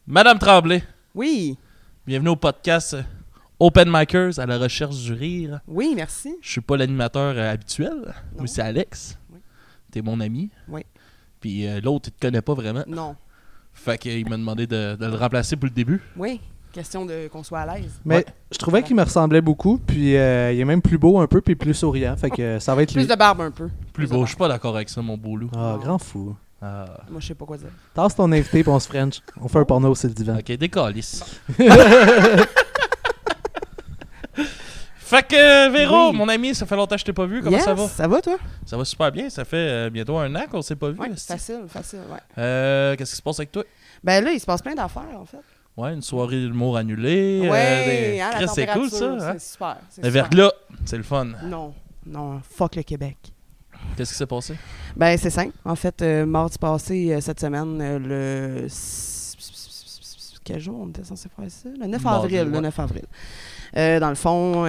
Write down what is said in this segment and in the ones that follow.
Madame Tremblay, Oui, bienvenue au podcast Open Micers à la recherche du rire. oui, merci. Je suis pas l'animateur habituel. Non. Moi, c'est Alex. Oui. T'es mon ami. Oui. Puis l'autre, il te connaît pas vraiment. Non. Fait qu'il m'a demandé de le remplacer pour le début. Oui, question de qu'on soit à l'aise. Mais Ouais. je trouvais qu'il me ressemblait beaucoup, puis il est même plus beau un peu, puis plus souriant. Fait que ça va être Plus lui. de barbe un peu. Plus de beau. barbe. Je suis pas d'accord avec ça, mon beau loup. Ah, Non. grand fou. Ah. Moi, je sais pas quoi dire. Tasse ton invité, puis on se French. On fait un porno sur le divan. Ok, décalisse. Fait que Véro, Oui. mon ami, ça fait longtemps que je t'ai pas vu. Comment Yes, ça va? Ça va, toi? Ça va super bien. Ça fait bientôt un an qu'on s'est pas vu. Oui, esti. facile, ouais. Qu'est-ce qui se passe avec toi? Ben là, il se passe plein d'affaires, en fait. Ouais, une soirée d'humour annulée. Ouais, hein, la Chris, c'est cool température, ça. Hein? c'est super. c'est Le super. verglas, c'est le fun. Non, fuck le Québec. Qu'est-ce qui s'est passé? Ben, c'est simple. En fait, mardi passé, cette semaine, quel jour on était censé faire ça? Le 9 Mardi, avril. ouais. Le 9 avril. Dans le fond,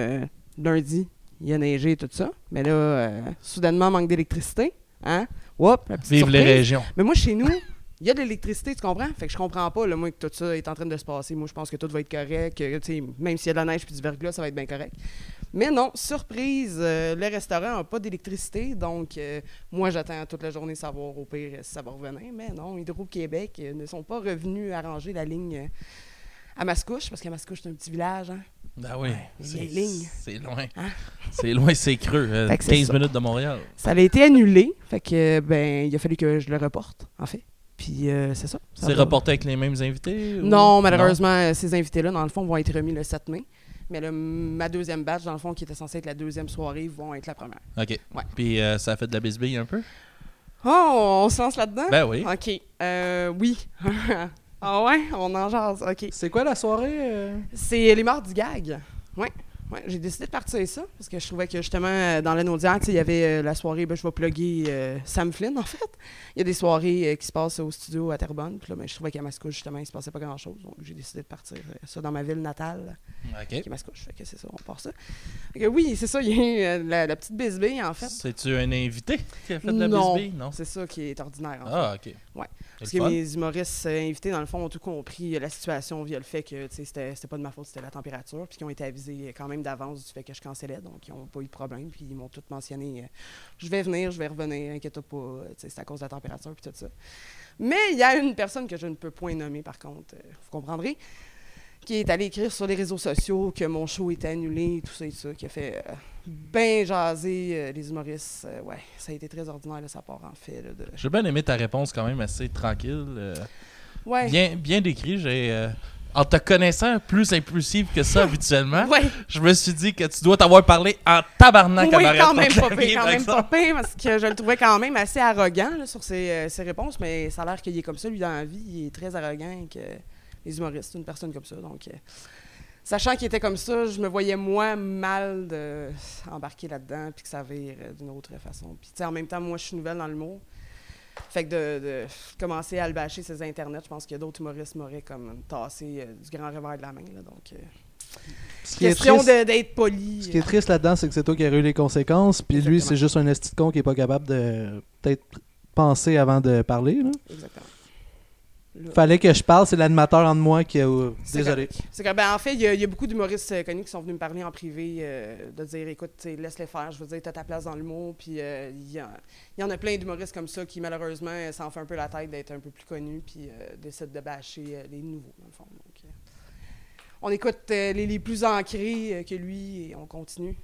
lundi, il a neigé et tout ça. Mais là, soudainement, manque d'électricité. Hein? Whoop, la petite Vive les surprise. régions. Mais moi, chez nous, il y a de l'électricité, tu comprends? Fait que je comprends pas, là, moi, que tout ça est en train de se passer. Moi, je pense que tout va être correct. Que, tu sais, même s'il y a de la neige puis du verglas, ça va être bien correct. Mais non, surprise, le restaurant n'a pas d'électricité. Donc, moi, j'attends toute la journée savoir au pire si ça va revenir. Mais non, Hydro-Québec ne sont pas revenus arranger la ligne à Mascouche, parce qu'à Mascouche, c'est un petit village, hein? Ah oui, les vieilles lignes. c'est loin. Hein? C'est loin, c'est creux. Fait que c'est 15 ça. minutes de Montréal. Ça a été annulé. Fait que, ben, il a fallu que je le reporte, en fait. Puis, c'est ça. Ça C'est va. reporté avec les mêmes invités? ou- Non, malheureusement, ces invités-là, dans le fond, vont être remis le 7 mai. Mais ma deuxième batch, dans le fond, qui était censée être la deuxième soirée, vont être la première. OK. Ouais. Puis ça a fait de la bisbille un peu? Oh, on se lance là-dedans? Ben oui. OK. Oui. Ah ouais, on en jase. OK. C'est quoi la soirée? C'est les morts du gag. Ouais. Ouais, j'ai décidé de partir ça parce que je trouvais que justement dans l'année audière, il y avait la soirée, je vais plugger Sam Flynn en fait. Il y a des soirées qui se passent au studio à Terrebonne, puis là je trouvais qu'à Mascouche justement, il se passait pas grand-chose. Donc j'ai décidé de partir ça dans ma ville natale, OK. qui est Mascouche. Fait que c'est ça, on part ça. Fait que oui, c'est ça, il y a eu la petite bisbille en fait. C'est-tu un invité qui a fait de la Non, bisbille? Non. c'est ça qui est ordinaire en fait. Ah, OK. Ouais. Parce C'est que le fun. mes humoristes invités, dans le fond, ont tout compris la situation via le fait que c'était pas de ma faute, c'était la température, puis qu'ils ont été avisés quand même d'avance du fait que je cancellais, donc ils n'ont pas eu de problème, puis ils m'ont tous mentionné je vais venir, je vais revenir, inquiète-toi pas, c'est à cause de la température, puis tout ça. Mais il y a une personne que je ne peux point nommer, par contre, vous comprendrez, qui est allée écrire sur les réseaux sociaux que mon show était annulé, tout ça, qui a fait bien jaser les humoristes. Ouais, ça a été très ordinaire de sa part, en fait. Là, J'ai bien aimé ta réponse quand même assez tranquille. Ouais. Bien décrit. En te connaissant plus impulsive que ça habituellement, Ouais. je me suis dit que tu dois t'avoir parlé en tabarnak Oui, en arrière quand de même ton pas clavier, pire, par quand même exemple. pas pire, parce que je le trouvais quand même assez arrogant là, sur ses réponses, mais ça a l'air qu'il est comme ça, lui, dans la vie, il est très arrogant, et que les humoristes, c'est une personne comme ça, donc... sachant qu'il était comme ça, je me voyais, moi, mal d'embarquer là-dedans, puis que ça vire d'une autre façon. Puis, tu sais, en même temps, moi, je suis nouvelle dans l'humour, fait que de commencer à le bâcher sur les internets, je pense qu'il y a d'autres humoristes m'auraient comme tassé du grand revers de la main, là, donc... Ce qui est question triste, d'être poli. ce qui est triste là-dedans, c'est que c'est toi qui as eu les conséquences, puis lui, Exactement. c'est juste un esti de con qui est pas capable de peut-être penser avant de parler. Là. Exactement. Là. Fallait que je parle, c'est l'animateur en de moi qui a... C'est Désolé. C'est que, ben, en fait, il y a beaucoup d'humoristes connus qui sont venus me parler en privé, de dire, écoute, laisse-les faire, je veux dire, t'as ta place dans l'humour, puis il y en a plein d'humoristes comme ça qui, malheureusement, s'en fait un peu la tête d'être un peu plus connus, puis décident de bâcher les nouveaux, dans le fond. Donc, on écoute les plus ancrés que lui, et on continue.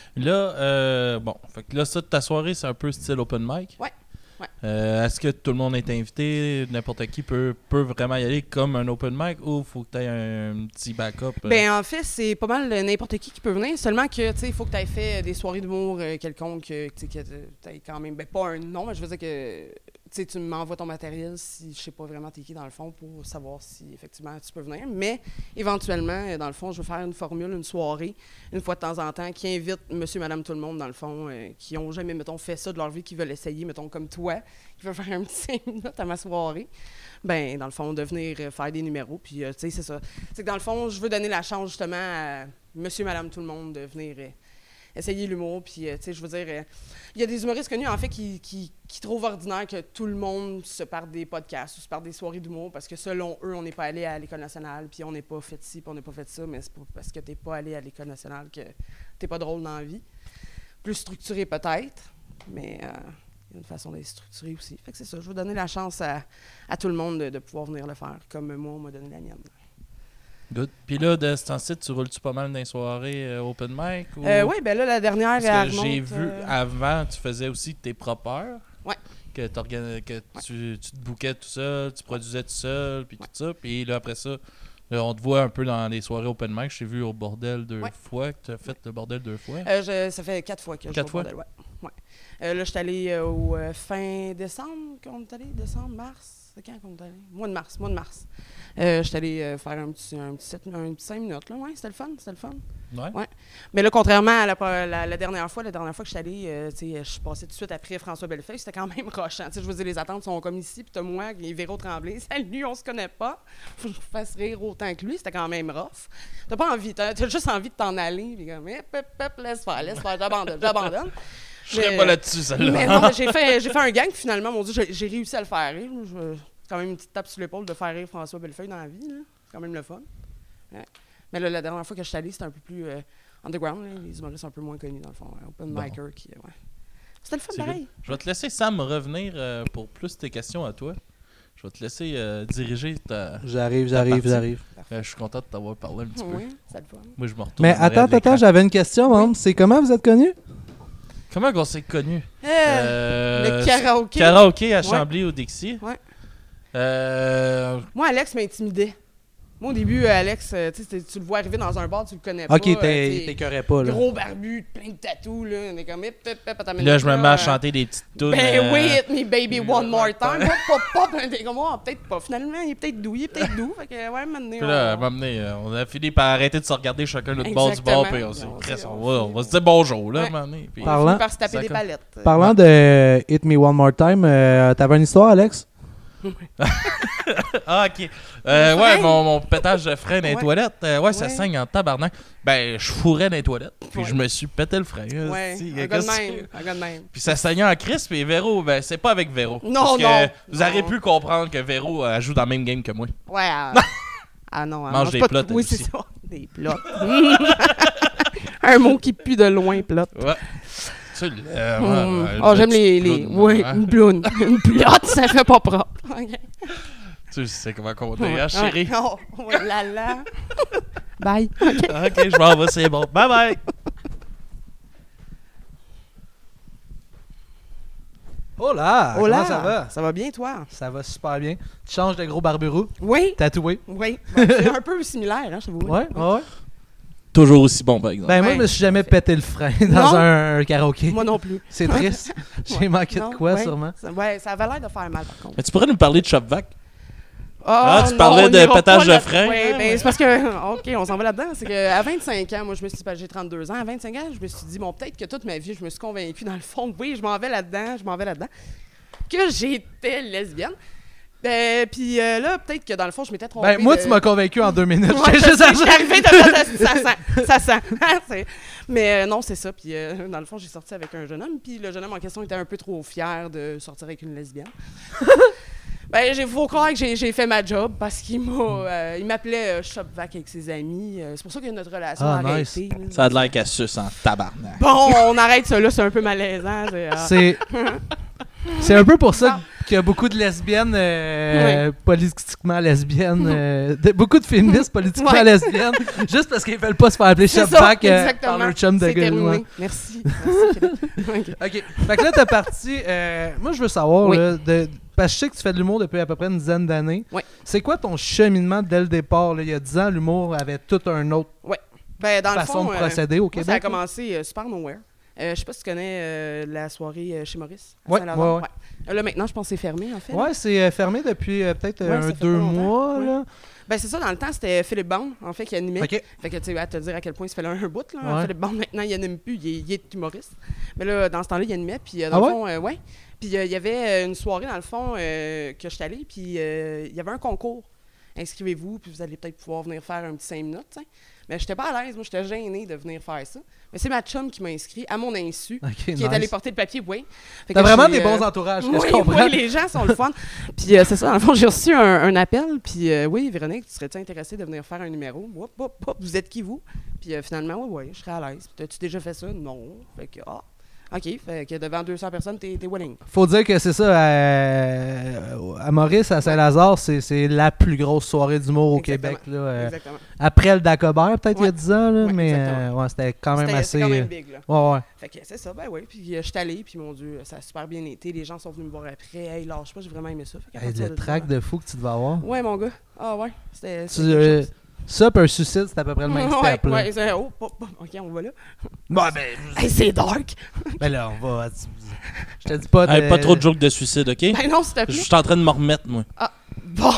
Là, fait que là, ça, ta soirée, c'est un peu style open mic. Ouais. Ouais. Est-ce que tout le monde est invité? N'importe qui peut vraiment y aller comme un open mic ou faut que tu aies un petit backup? Ben en fait, c'est pas mal n'importe qui peut venir, seulement que, tu sais, il faut que tu aies fait des soirées d'humour quelconques, que tu aies quand même, ben pas un nom, mais je veux dire que, tu sais, tu m'envoies ton matériel si je sais pas vraiment t'es qui dans le fond pour savoir si, effectivement, tu peux venir. Mais, éventuellement, dans le fond, je veux faire une formule, une soirée, une fois de temps en temps, qui invite monsieur, madame, tout le monde, dans le fond, qui ont jamais, mettons, fait ça de leur vie, qui veulent essayer, mettons, comme toi, qui veulent faire un petit 5 minutes à ma soirée. Ben, dans le fond, de venir faire des numéros. Puis, tu sais, c'est ça. C'est que dans le fond, je veux donner la chance, justement, à monsieur, madame, tout le monde de venir essayer l'humour. Puis, tu sais, je veux dire, il y a des humoristes connus, en fait, qui trouvent ordinaire que tout le monde se parte des podcasts ou se parte des soirées d'humour parce que, selon eux, on n'est pas allé à l'École nationale, puis on n'est pas fait ci, puis on n'est pas fait ça, mais c'est pas parce que t'es pas allé à l'École nationale que t'es pas drôle dans la vie. Plus structuré, peut-être, mais il y a une façon d'être structuré aussi. Fait que c'est ça, je veux donner la chance à tout le monde de pouvoir venir le faire, comme moi, on m'a donné la mienne. Good. Puis là, de ce temps-ci, tu roules-tu pas mal dans les soirées open mic? Ou... Oui, ben là, la dernière, Parce que j'ai vu, avant, tu faisais aussi tes propres heures. Ouais. Que tu te bookais tout seul, tu produisais tout seul, puis tout ça. Puis là, après ça, là, on te voit un peu dans les soirées open mic. Je t'ai vu au bordel 2 fois, que tu as fait le bordel 2 fois. Ça fait 4 fois que je joue au bordel, ouais. Là, je suis allé au fin décembre, qu'on est allé, décembre, mars. C'est quand qu'on est allé? Mois de mars. Je suis allé faire un petit 5 minutes, là. Ouais, c'était le fun. Ouais. Mais là, contrairement à la dernière fois que je suis allée, je suis passée tout de suite après François Bellefeuille, c'était quand même rochant. Je veux dire, les attentes sont comme ici, puis t'as moi et Véro Tremblay. Salut, on se connaît pas. Faut que je vous fasse rire autant que lui, c'était quand même rough. T'as pas envie, t'as juste envie de t'en aller, puis comme, laisse faire, j'abandonne. Je serais pas là-dessus, celle-là. Mais non, j'ai fait un gang, finalement, mon Dieu, j'ai réussi à le faire rire. C'est quand même une petite tape sur l'épaule de faire rire François Bellefeuille dans la vie, là. C'est quand même le fun. Ouais. Mais là, la dernière fois que je suis allée, c'était un peu plus underground, là. Les humoristes un peu moins connus, dans le fond. Open micer qui... Ouais. C'était le fun, pareil. Je vais te laisser, Sam, revenir pour plus tes questions à toi. Je vais te laisser diriger ta... J'arrive. Je suis content de t'avoir parlé un petit peu. Oui, c'est le fun. Moi, je me retourne. Mais attends, j'avais une question, Mom. C'est comment vous êtes connus? Comment on s'est connus? Le karaoké. Karaoké à Chambly au Dixie. Ouais. Moi, Alex m'intimidait. Moi, au début, Alex, tu le vois arriver dans un bar, tu le connais pas. Ok, t'écœurais pas, là. Gros barbu, plein de tatous, là. On est comme, là, je me mets à chanter des petites tunes. Ben oui, hit me baby one more time. Pop, t'es comme, peut-être pas. Finalement, il est peut-être doux, Fait que, ouais, maintenant. On a fini par arrêter de se regarder chacun l'autre bord du bar, puis on s'est dit, on va se dire bonjour, là, maintenant. Parlant par se taper des palettes. Parlant de Hit Me One More Time, t'avais une histoire, Alex? Ah, ok. Mon pétage de frein dans les toilettes. Ça saigne en tabarnak. Ben, je fourrais dans les toilettes. Puis je me suis pété le frein. Ouais, un gars de même. Puis ça saignait en crisp. Puis Véro, ben, c'est pas avec Véro. Non, vous auriez pu comprendre que Véro joue dans le même game que moi. Ouais. Ah non. Mange des plots. Oui, c'est ça. Des plots. Un mot qui pue de loin, plot. Ouais. J'aime les... Oui, une bloune. Une plotte, ça fait pas propre. Okay. Tu sais comment on dit, hein, chérie? Oh là. Bye. Ok, je m'en vais, c'est bon. Bye bye. Oh là, comment ça va? Ça va bien, toi? Ça va super bien. Tu changes de gros barberou? Oui. Tatoué? Oui. C'est un peu similaire, hein, je vous. Ouais. Toujours aussi bon, par exemple. Ben, moi, je me suis jamais pété le frein dans un karaoké. Moi non plus. C'est triste. J'ai manqué de quoi, sûrement? Ça avait l'air de faire mal, par contre. Mais tu pourrais nous parler de Shopvac? Tu non, parlais de pétage de frein. Oui, ben, c'est parce que, OK, on s'en va là-dedans. C'est qu'à 25 ans, moi, j'ai 32 ans. À 25 ans, je me suis dit, bon, peut-être que toute ma vie, je me suis convaincue, dans le fond, oui, je m'en vais là-dedans, que j'étais lesbienne. Puis là, peut-être que dans le fond, je m'étais trompée. Ben, moi, tu m'as convaincu en 2 minutes. Ouais, je suis arrivée de ça sent. Mais non, c'est ça. Puis dans le fond, j'ai sorti avec un jeune homme. Puis le jeune homme en question était un peu trop fier de sortir avec une lesbienne. Ben, il faut croire que j'ai fait ma job parce qu'il m'appelait Shopvac avec ses amis. C'est pour ça que notre relation a arrêté. Nice. Ça a de l'air qu'elle suce en tabarnak. Bon, on arrête ça là, c'est un peu malaisant. C'est un peu pour ça qu'il y a beaucoup de lesbiennes politiquement lesbiennes, beaucoup de féministes politiquement lesbiennes, juste parce qu'ils veulent pas se faire appeler Shopvac par leur chum de gueule. Ouais. Merci. OK. Fait que là, t'es parti. Moi, je veux savoir, là, parce que je sais que tu fais de l'humour depuis à peu près une dizaine d'années. Oui. C'est quoi ton cheminement dès le départ? Là? Il y a 10 ans, l'humour avait toute une autre façon de procéder au Québec. Ça a commencé super nowhere. Je sais pas si tu connais la soirée chez Maurice. Ouais. Là, maintenant, je pense que c'est fermé, en fait. Ouais, c'est fermé depuis peut-être 2 mois. Là. Ben, c'est ça, dans le temps, c'était Philippe Bond, en fait, qui animait. Okay. Fait que, tu sais, à te dire à quel point il se fait là un bout, là. Ouais. Philippe Bond, maintenant, il anime plus, il est humoriste. Mais là, dans ce temps-là, il animait, puis dans le fond, Puis il y avait une soirée, dans le fond, que je suis allée, puis il y avait un concours inscrivez-vous, puis vous allez peut-être pouvoir venir faire un petit 5 minutes, t'sais. Mais j'étais pas à l'aise, moi, j'étais gênée de venir faire ça. Mais c'est ma chum qui m'a inscrit à mon insu, qui est allée porter le papier, oui. T'as vraiment des bons entourages, que je comprends. Oui, les gens sont le fun. Puis c'est ça, dans le fond, j'ai reçu un appel, puis oui, Véronique, tu serais-tu intéressée de venir faire un numéro? Vous êtes qui, vous? Puis finalement, oui, je serais à l'aise. T'as-tu déjà fait ça? Non. Fait que, OK, fait que devant 200 personnes, t'es willing. Faut dire que c'est ça, à Maurice, à Saint-Lazare, c'est la plus grosse soirée d'humour au Québec. Là, exactement. Après le Dagobert, peut-être il y a 10 ans, là, ouais, mais c'était quand même assez... C'était quand même big, là. Ouais. Fait que c'est ça, ben oui. Puis je suis allée, puis mon Dieu, ça a super bien été. Les gens sont venus me voir après. Hey, lâche pas, j'ai vraiment aimé ça. Le track de fou que tu devais avoir. Ouais, mon gars. Ah ouais, c'était ça, puis un suicide, c'est à peu près le même step. Ouais, c'est OK, on va là. Ben, c'est dark. Ben là, on va... Je te dis pas de... Pas trop de jokes de suicide, OK? Ben non, s'il te plaît. Je suis en train de me remettre, moi. Ah, bon.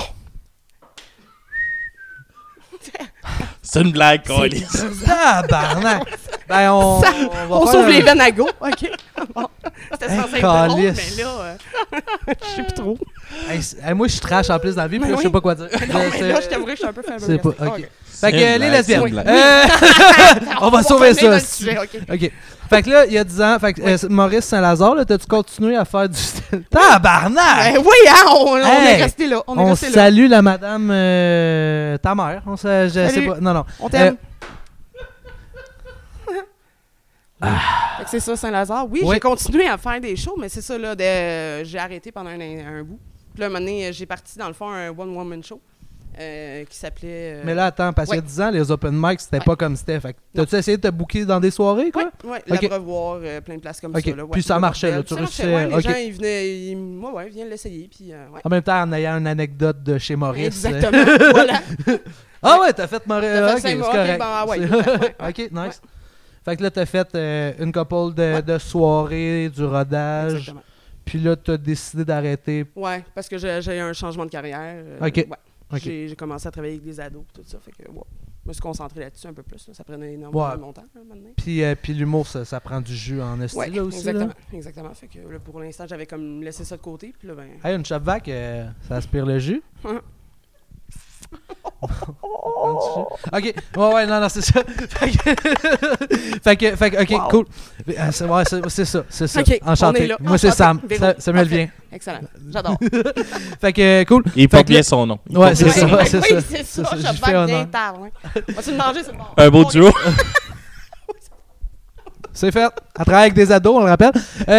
C'est une blague, Colin. Ah, barnac! Ben, on sauve les veines à go, OK? Bon. C'était censé être drôle, mais là, je sais plus trop. Moi, je suis trash en plus dans la vie, puis je sais pas quoi dire. Non, mais là, je t'aimerais que je suis un peu faible. C'est pas... OK. Fait que les lesbiennes. On va sauver ça. OK. Fait que là, il y a 10 ans, fait que Maurice Saint-Lazare, t'as-tu continué à faire du style? Tabarnak! Oui, hein, on est resté là. On salue la madame, ta mère. Je sais pas. Non. On t'aime. Fait que c'est ça, Saint-Lazare. Oui, j'ai continué à faire des shows, mais c'est ça, là, j'ai arrêté pendant un bout. Puis là, un moment donné, j'ai parti, dans le fond, un one-woman show. Qui s'appelait... Mais là, attends, parce qu'il y a 10 ans, les open mics, c'était pas comme c'était. Fait que t'as-tu essayé de te booker dans des soirées, quoi? Oui, l'Abreuvoir, plein de places comme ça. Là, puis ça marchait, là, tu réussissais... Les gens, ils venaient... ils viennent l'essayer, puis... En même temps, en ayant une anecdote de chez Maurice. Exactement, voilà. Ah ouais, t'as fait Maurice... OK, c'est correct. OK, nice. Fait que là, t'as fait une couple de soirées, du rodage. Exactement. Puis là, t'as décidé d'arrêter. Ouais, parce que j'ai eu un changement de carrière. OK. Ouais. Okay. J'ai commencé à travailler avec des ados et tout ça. Fait que, je me suis concentré là-dessus un peu plus. Là. Ça prenait énormément de mon temps, maintenant. Puis l'humour, ça prend du jus en esti, là aussi. Exactement. Fait que là, pour l'instant, j'avais comme laissé ça de côté. Puis là, ben... Hey, une Shopvac, ça aspire le jus? OK. Ouais, non, c'est ça. Fait que OK, wow. Cool. C'est ça. Okay, enchanté. Moi, c'est Sam. Ça me vient. Excellent. J'adore. Fait que, cool. Il porte bien son nom. Ouais, c'est ça. Oui, c'est ça. Je fais bien tard. Vas-tu le manger, c'est bon. Un beau duo. C'est fait. Elle travaille avec des ados, on le rappelle.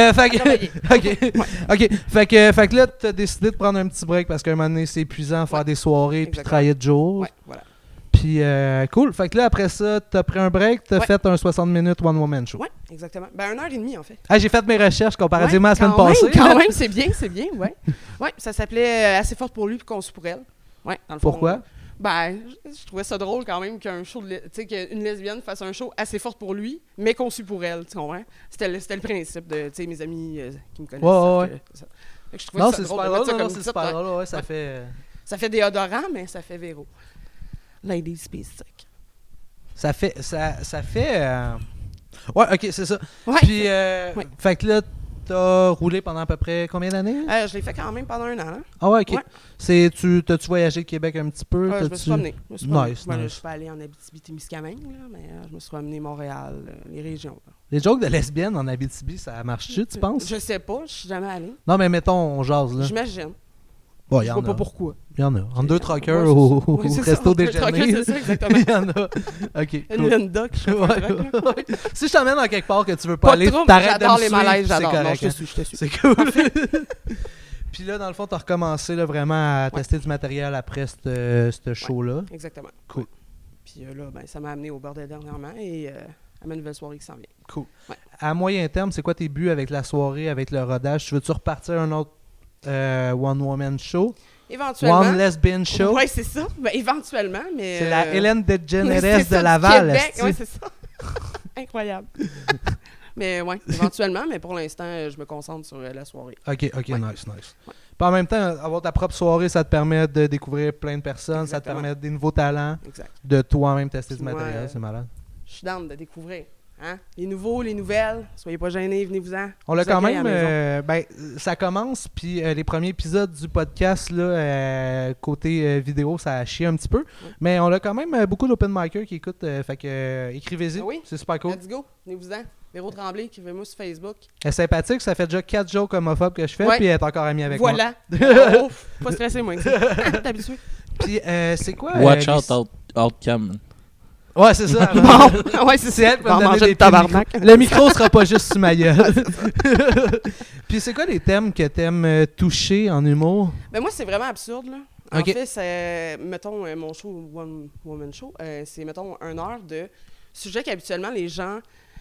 OK. Fait que là, t'as décidé de prendre un petit break parce qu'à un moment donné, c'est épuisant faire des soirées puis travailler de jour. Ouais, voilà. Puis, cool. Fait que là, après ça, t'as pris un break, t'as fait un 60 minutes one-woman show. Oui, exactement. Ben, 1h30, en fait. Ah, j'ai fait mes recherches comparativement à la semaine passée. Quand même, c'est bien, ouais. Ouais, ça s'appelait Assez forte pour lui puis conçu pour elle. Ouais, dans le fond. Pourquoi? Ben, je trouvais ça drôle quand même qu'un show, tu sais, qu'une lesbienne fasse un show assez forte pour lui, mais conçu pour elle, tu comprends? C'était le principe de, tu sais, mes amis qui me connaissent. Ouais. Ça. Fait que je trouvais ça drôle. Non, c'est super drôle, ouais, ça fait... Ça fait déodorant, mais ça fait Véro. Ladies Peace Sick. Ça fait... Ouais, OK, c'est ça. Ouais. Puis, fait que là, t'as roulé pendant à peu près combien d'années? Je l'ai fait quand même pendant 1 an. Hein? Ah ouais, OK. Ouais. T'as-tu voyagé au Québec un petit peu? Je me suis promené. Nice. Je suis pas allé en Abitibi-Témiscamingue, mais je me suis promené Montréal, les régions. Là. Les jokes de lesbiennes en Abitibi, ça marche-tu, tu penses? Je sais pas, je suis jamais allé. Non, mais mettons, on jase, là. J'imagine. Bon, je vois pas pourquoi. Il y en a. En 2 truckers au resto déjeuner. C'est ça, exactement. Il y en a. OK. Une Linda qui ouais. Si je t'emmène dans quelque part que tu veux pas aller, t'arrêtes de me suivre. J'adore les malaises, j'adore. Non, je te suis. C'est cool. Puis là, dans le fond, t'as recommencé là, vraiment à tester du matériel après ce show-là. Exactement. Cool. Puis là, ben, ça m'a amené au bordel dernièrement et à ma nouvelle soirée qui s'en vient. Cool. Ouais. À moyen terme, c'est quoi tes buts avec la soirée, avec le rodage? Tu veux-tu repartir un autre one-woman show? Éventuellement. One lesbian show? Oui, c'est ça. Ben, éventuellement, mais... C'est la Hélène DeGeneres de Laval. Oui, c'est ça. Incroyable. Mais oui, éventuellement, mais pour l'instant, je me concentre sur la soirée. OK, nice. Ouais. Puis en même temps, avoir ta propre soirée, ça te permet de découvrir plein de personnes, ça te permet des nouveaux talents, de toi-même tester du matériel, c'est malade. Je suis down de découvrir. Hein? Les nouveaux, les nouvelles, soyez pas gênés, venez-vous-en. On l'a quand même, ça commence, puis les premiers épisodes du podcast, là, côté vidéo, ça a chié un petit peu, mais on a quand même beaucoup d'open micers qui écoutent, fait que écrivez-y, c'est super cool. Let's go, venez-vous-en. Véro Tremblay, écrivez-moi sur Facebook. Elle est sympathique, ça fait déjà 4 jokes homophobes que je fais, puis elle est encore amie avec moi. Voilà. Pas stressé, moi. T'es habitué. Puis c'est quoi? Watch out, outcam. Ouais, c'est ça. Bon, ouais, c'est elle qui va me donner des tabarnak. Le micro sera pas juste sur ma gueule. Puis c'est quoi les thèmes que t'aimes toucher en humour? Ben moi, c'est vraiment absurde, là. En fait, c'est, mettons, mon show, One Woman Show, c'est, mettons, 1 heure de sujets qu'habituellement, les gens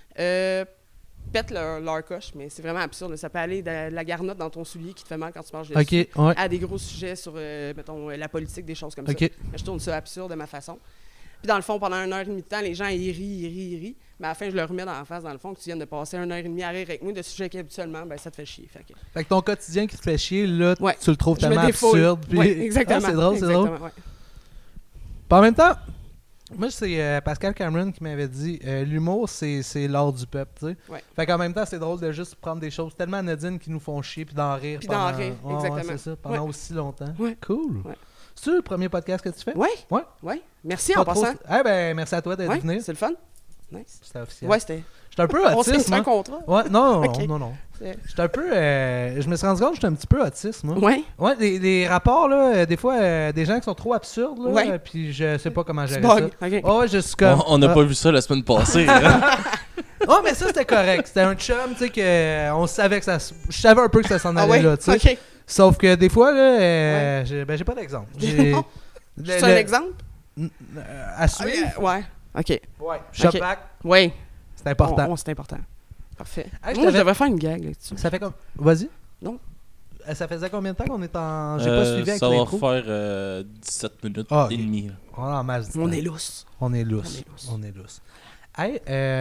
pètent leur coche, mais c'est vraiment absurde. Là. Ça peut aller de la garnotte dans ton soulier qui te fait mal quand tu marches dessus, à des gros sujets sur, mettons, la politique, des choses comme ça. Mais je tourne ça absurde de ma façon. Puis dans le fond, pendant 1h30 de temps, les gens, ils rient. Mais à la fin, je leur remets dans la face, dans le fond, que tu viens de passer 1h30 à rire avec moi de sujets qui, habituellement, ben ça te fait chier. Fait que ton quotidien qui te fait chier, là, tu le trouves tellement absurde. Puis... Oui, exactement. Ah, c'est drôle, c'est drôle. Ouais. Puis en même temps, moi, c'est Pascal Cameron qui m'avait dit l'humour, c'est l'art du peuple, tu sais. Ouais. Fait qu'en même temps, c'est drôle de juste prendre des choses tellement anodines qui nous font chier, puis d'en rire. Puis d'en rire, exactement. Ouais, c'est ça, pendant aussi longtemps. Ouais. Cool. Ouais. C'est-tu le premier podcast que tu fais? Oui. Ouais. Oui. Merci en passant. Eh ben, merci à toi d'être venu. C'est le fun. Nice. C'était officiel. Ouais, c'était. J'étais un peu autiste. On s'est un contrat. Ouais, non. J'étais un peu. Je me suis rendu compte que j'étais un petit peu autiste, moi. Ouais. Ouais, des rapports, là, des fois, des gens qui sont trop absurdes, là, puis je sais pas comment gérer ça. Okay. Oh, je suis comme. On n'a pas vu ça la semaine passée. Oh, mais ça, c'était correct. C'était un chum, tu sais, que on savait que ça. Je savais un peu que ça s'en allait là, tu sais. Okay. Sauf que des fois, là, j'ai pas d'exemple. C'est un exemple? À suivre? Ouais. OK. Ouais. Shop back. Oui. C'est important. C'est important. Parfait. Hey, moi, je devrais faire une gag là-dessus. Ça fait comme. Vas-y. Non. Ça faisait combien de temps qu'on est en. J'ai pas suivi avec ça l'intro. va faire 17 minutes et demie. On est lousse. On est lousse. Hey,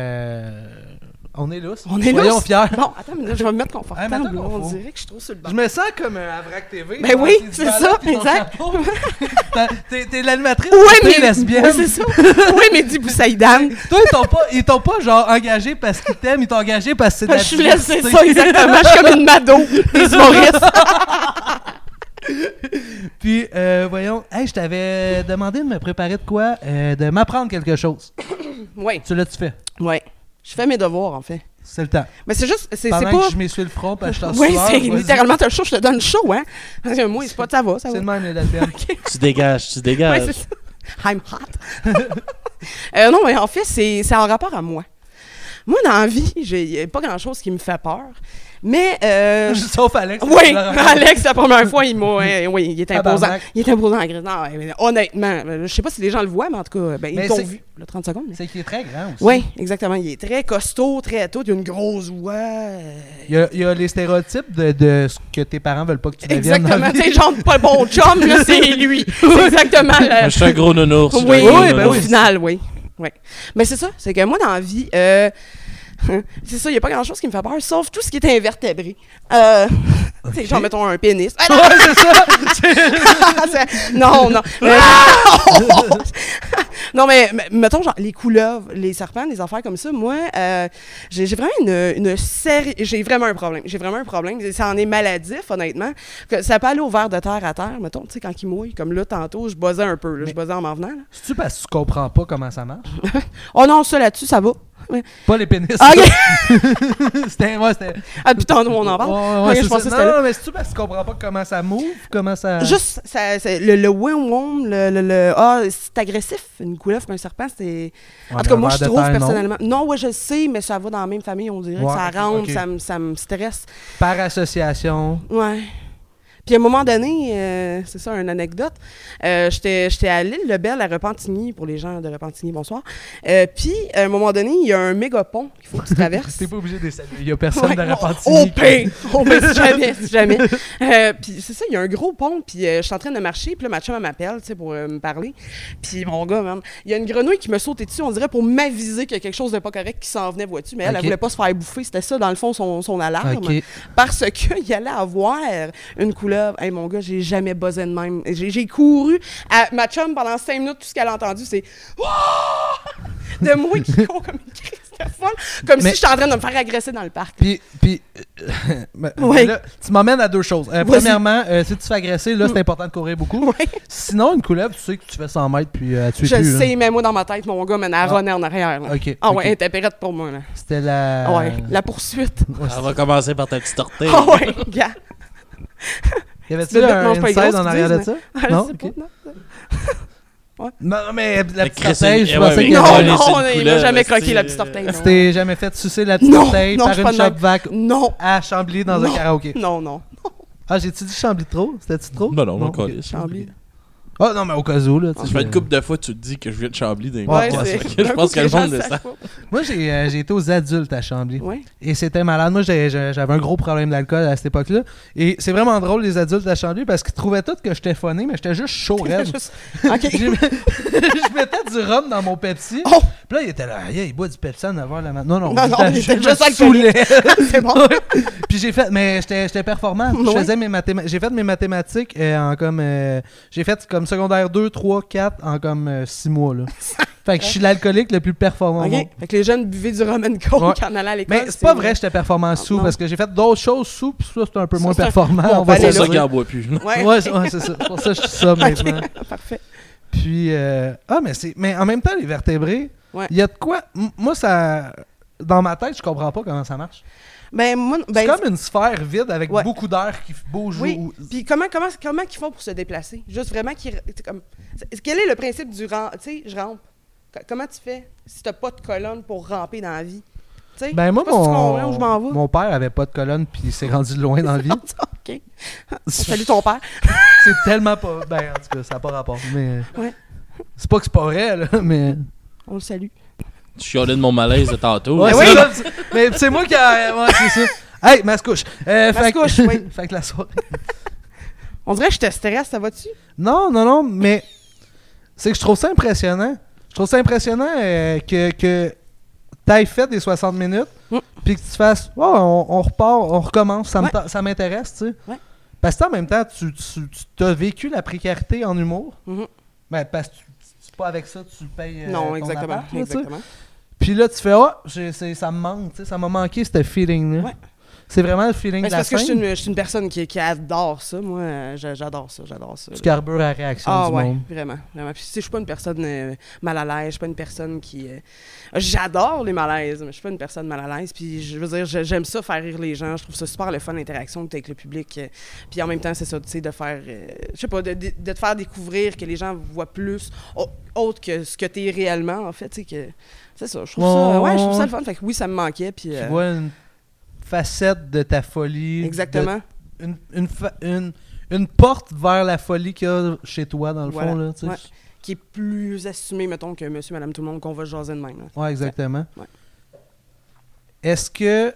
on est lousse. Soyons fiers. Bon, attends, mais là, je vais me mettre confortable. On dirait que je suis trop sur le banc. Je me sens comme à Vrac TV. Ben oui, c'est ça, exact. T'es l'animatrice lesbienne. Oui, c'est ça. Oui, mais dis Boussaïdan. Toi, ils t'ont pas genre engagé parce qu'ils t'aiment, ils t'ont engagé parce que c'est de la diversité. C'est ça, exactement. Je suis comme une mado des humoristes. Puis, voyons, hey, je t'avais demandé de me préparer de quoi? De m'apprendre quelque chose. Oui. Tu l'as-tu fait? Oui. Je fais mes devoirs, en fait. C'est le temps. Mais c'est juste, c'est pendant pas... que je m'essuie le front, parce que je t'en Oui, c'est littéralement, t'as chaud, je te donne chaud, hein? Parce que moi, c'est pas, ça va. C'est le même, les lesbiennes. Okay. Tu dégages. Oui, c'est ça. I'm hot. Non, mais en fait, c'est en rapport à moi. Moi, dans la vie, j'ai pas grand-chose qui me fait peur. Mais. Sauf Alex. Oui, Alex, la première fois, il m'a. Oui, il est imposant. Il est imposant en gris. Non, honnêtement, je sais pas si les gens le voient, mais en tout cas, ils l'ont vu, le 30 secondes. C'est qu'il est très grand aussi. Oui, exactement. Il est très costaud, très tout. Il a une grosse voix. Il y a les stéréotypes de ce que tes parents veulent pas que tu deviennes. Exactement. Tu sais, genre, pas le bon chum, là, c'est lui. C'est exactement. Je suis un gros nounours. Oui, au final, oui. Mais c'est ça. C'est que moi, dans la vie. C'est ça, il n'y a pas grand-chose qui me fait peur, sauf tout ce qui est invertébré. Okay. Genre, mettons, un pénis. Ah, non! C'est ça! Non. Non, mais mettons, genre, les couleuvres, les serpents, les affaires comme ça, moi, j'ai vraiment une série... J'ai vraiment un problème. Ça en est maladif, honnêtement. Ça peut aller au ver de terre à terre, mettons, tu sais, quand il mouille. Comme là, tantôt, je buzzais un peu, là, je buzzais en m'en venant. Là. C'est-tu parce que tu comprends pas comment ça marche? Oh non, ça, là-dessus, ça va. Ouais. Pas les pénis. Okay. c'était. Ah, puis tantôt, on en parle. Ouais, je pensais que c'était non, mais c'est-tu parce que tu comprends pas comment ça move? Comment ça... Juste, le wom-wom, c'est agressif, une couleuvre qu'un serpent, c'est... Ouais, en tout cas, moi, je trouve personnellement... Non, ouais, je sais, mais ça va dans la même famille, on dirait. Ouais, ça rentre, ça me stresse. Par association. Ouais. Puis à un moment donné, c'est ça, une anecdote, j'étais à l'île de Belle à Repentigny, pour les gens de Repentigny, bonsoir. Puis à un moment donné, il y a un méga pont qu'il faut que tu traverses. T'es pas obligé de saluer, il y a personne de Repentigny. Si jamais. Puis c'est ça, il y a un gros pont, puis je suis en train de marcher, puis là, ma chum m'appelle, tu sais, pour me parler. Puis mon gars, man, il y a une grenouille qui me sautait dessus, on dirait, pour m'aviser qu'il y a quelque chose de pas correct qui s'en venait, vois-tu. Mais elle voulait pas se faire bouffer, c'était ça, dans le fond, son alarme. Okay. Parce qu'il allait avoir une couleur. Hey, mon gars, j'ai jamais buzzé de même. J'ai couru à ma chum pendant 5 minutes. Tout ce qu'elle a entendu, c'est de moi qui court comme une crise. Comme si j'étais en train de me faire agresser dans le parc. Puis là, tu m'emmènes à deux choses. Premièrement, si tu te fais agresser, là, c'est important de courir beaucoup. Ouais. Sinon, une couleuvre, tu sais que tu fais 100 mètres puis tu es Je plus. sais, mais moi, dans ma tête, mon gars m'en a runné en arrière. Là. OK. Ah ouais, OK. elle était prête pour moi. Là. C'était la... Ouais, la poursuite. Ouais, On va commencer par ta petite orteil. Ah ouais, gars. Y avait-tu Tu un mange pas les inside grosses en arrière de qu'ils ça? Ah, je Non? sais pas, OK. non. Non, mais la petite Chris, orteil, je ouais, pensais mais que... Non, Ouais, non, c'est une il m'a couleur, jamais c'est- croqué la petite orteil. Tu non. t'es jamais fait sucer la petite Non, orteil non, par je suis une pas de shop même. vac Non, à Chambly dans un Non. karaoké? non, non. Ah, j'ai-tu dit Chambly trop? C'était-tu trop? Non, non, ok. calisse. Chambly. Ah non, mais au cas où, là. tu sais, Je fais une couple de fois, tu te dis que je viens de Chambly d'un Ouais, coup. c'est- Je pense que le monde le sait. Moi, j'ai été aux adultes à Chambly. Ouais. Et c'était malade. Moi, j'avais un gros problème d'alcool à cette époque-là. Et c'est vraiment drôle, les adultes à Chambly, parce qu'ils trouvaient tous que j'étais funny, mais j'étais juste chaud, raide. Ok. Je mettais du rhum dans mon Pepsi. Oh! Puis là, il était là, yeah, il boit du Pepsi à 9h la matin. Non, Non, non, il était je juste me alcoolique. saoulais. C'est bon. Puis j'ai fait, mais j'étais performant. Je Ouais. faisais j'ai fait mes mathématiques en comme. J'ai fait comme secondaire 2, 3, 4 en comme 6 mois, là. Fait que je suis l'alcoolique le plus performant. au monde. Ok. Fait que les jeunes buvaient du rum and coke Ouais. en allant à l'école. Mais c'est pas vrai, j'étais performant sous, Non. parce que j'ai fait d'autres choses sous, puis ça, c'était un peu Ça, moins c'est un- performant. Bon, on va ben, se allez, C'est le ça dire. qu'il en boit plus. Ouais. Ouais, c'est ça. C'est pour ça que je suis ça maintenant. Ok. Parfait. Puis, mais en même temps, les vertébrés, Ouais. il y a de quoi. Moi, ça. Dans ma tête, je comprends pas comment ça marche. Ben, moi, C'est ben, comme une sphère vide avec Ouais. beaucoup d'air qui bouge. oui. Puis comment qu'ils font pour se déplacer? Juste vraiment quel est le principe du tu sais, je rampe. Comment tu fais si t'as pas de colonne pour ramper dans la vie? Tu sais, Ben, moi, je sais pas si tu comprends où je m'en vais. mon père avait pas de colonne, puis il s'est rendu loin dans la vie. OK. Salut ton père. C'est tellement pas. Ben, en tout cas, ça n'a pas rapport. Mais. Ouais. C'est pas que c'est pas vrai, là, mais. On le salue. Tu chialais de mon malaise de tantôt. Ouais, Ben c'est oui. ça, mais c'est moi qui a. Ouais, c'est ça. Hey, mascouche. Mascouche, oui. Fait que la soirée. On dirait que je te stresse, ça va-tu? Non, mais. C'est que je trouve ça impressionnant. Je trouve ça impressionnant que t'ailles fait des 60 minutes, puis que tu fasses. Ouais, on repart, on recommence, ça m'intéresse, tu sais. Ouais. Parce que en même temps, tu as vécu la précarité en humour. Mhm. Ben, parce que c'est pas avec ça que tu payes. Non, ton exactement. appart, là, tu sais. Exactement. Puis là, tu fais, ça me manque, tu sais, ça m'a manqué ce feeling-là. Ouais. C'est vraiment le feeling Ben, de c'est la parce que scène. je suis une personne qui adore ça. Moi, j'adore ça. Tu carbures la réaction Ah du ouais, monde. vraiment. Puis tu sais, je suis pas une personne mal à l'aise, je suis pas une personne qui... j'adore les malaises, mais je suis pas une personne mal à l'aise. Puis je veux dire, j'aime ça faire rire les gens, je trouve ça super le fun, l'interaction que tu as avec le public. Puis en même temps, c'est ça, tu sais, de faire... je sais pas, de te faire découvrir que les gens voient plus, autre que ce que tu es réellement, en fait, tu sais, que... C'est ça, je trouve ça... je trouve ça le fun. Fait que oui, ça me manquait, puis... Tu vois une facette de ta folie. Exactement. Une porte vers la folie qu'il y a chez toi, dans le Voilà. fond. Là, tu sais. Ouais. Qui est plus assumé, mettons, que monsieur, madame, tout le monde, qu'on va jaser de même. Là. Ouais, exactement. Ouais. Est-ce que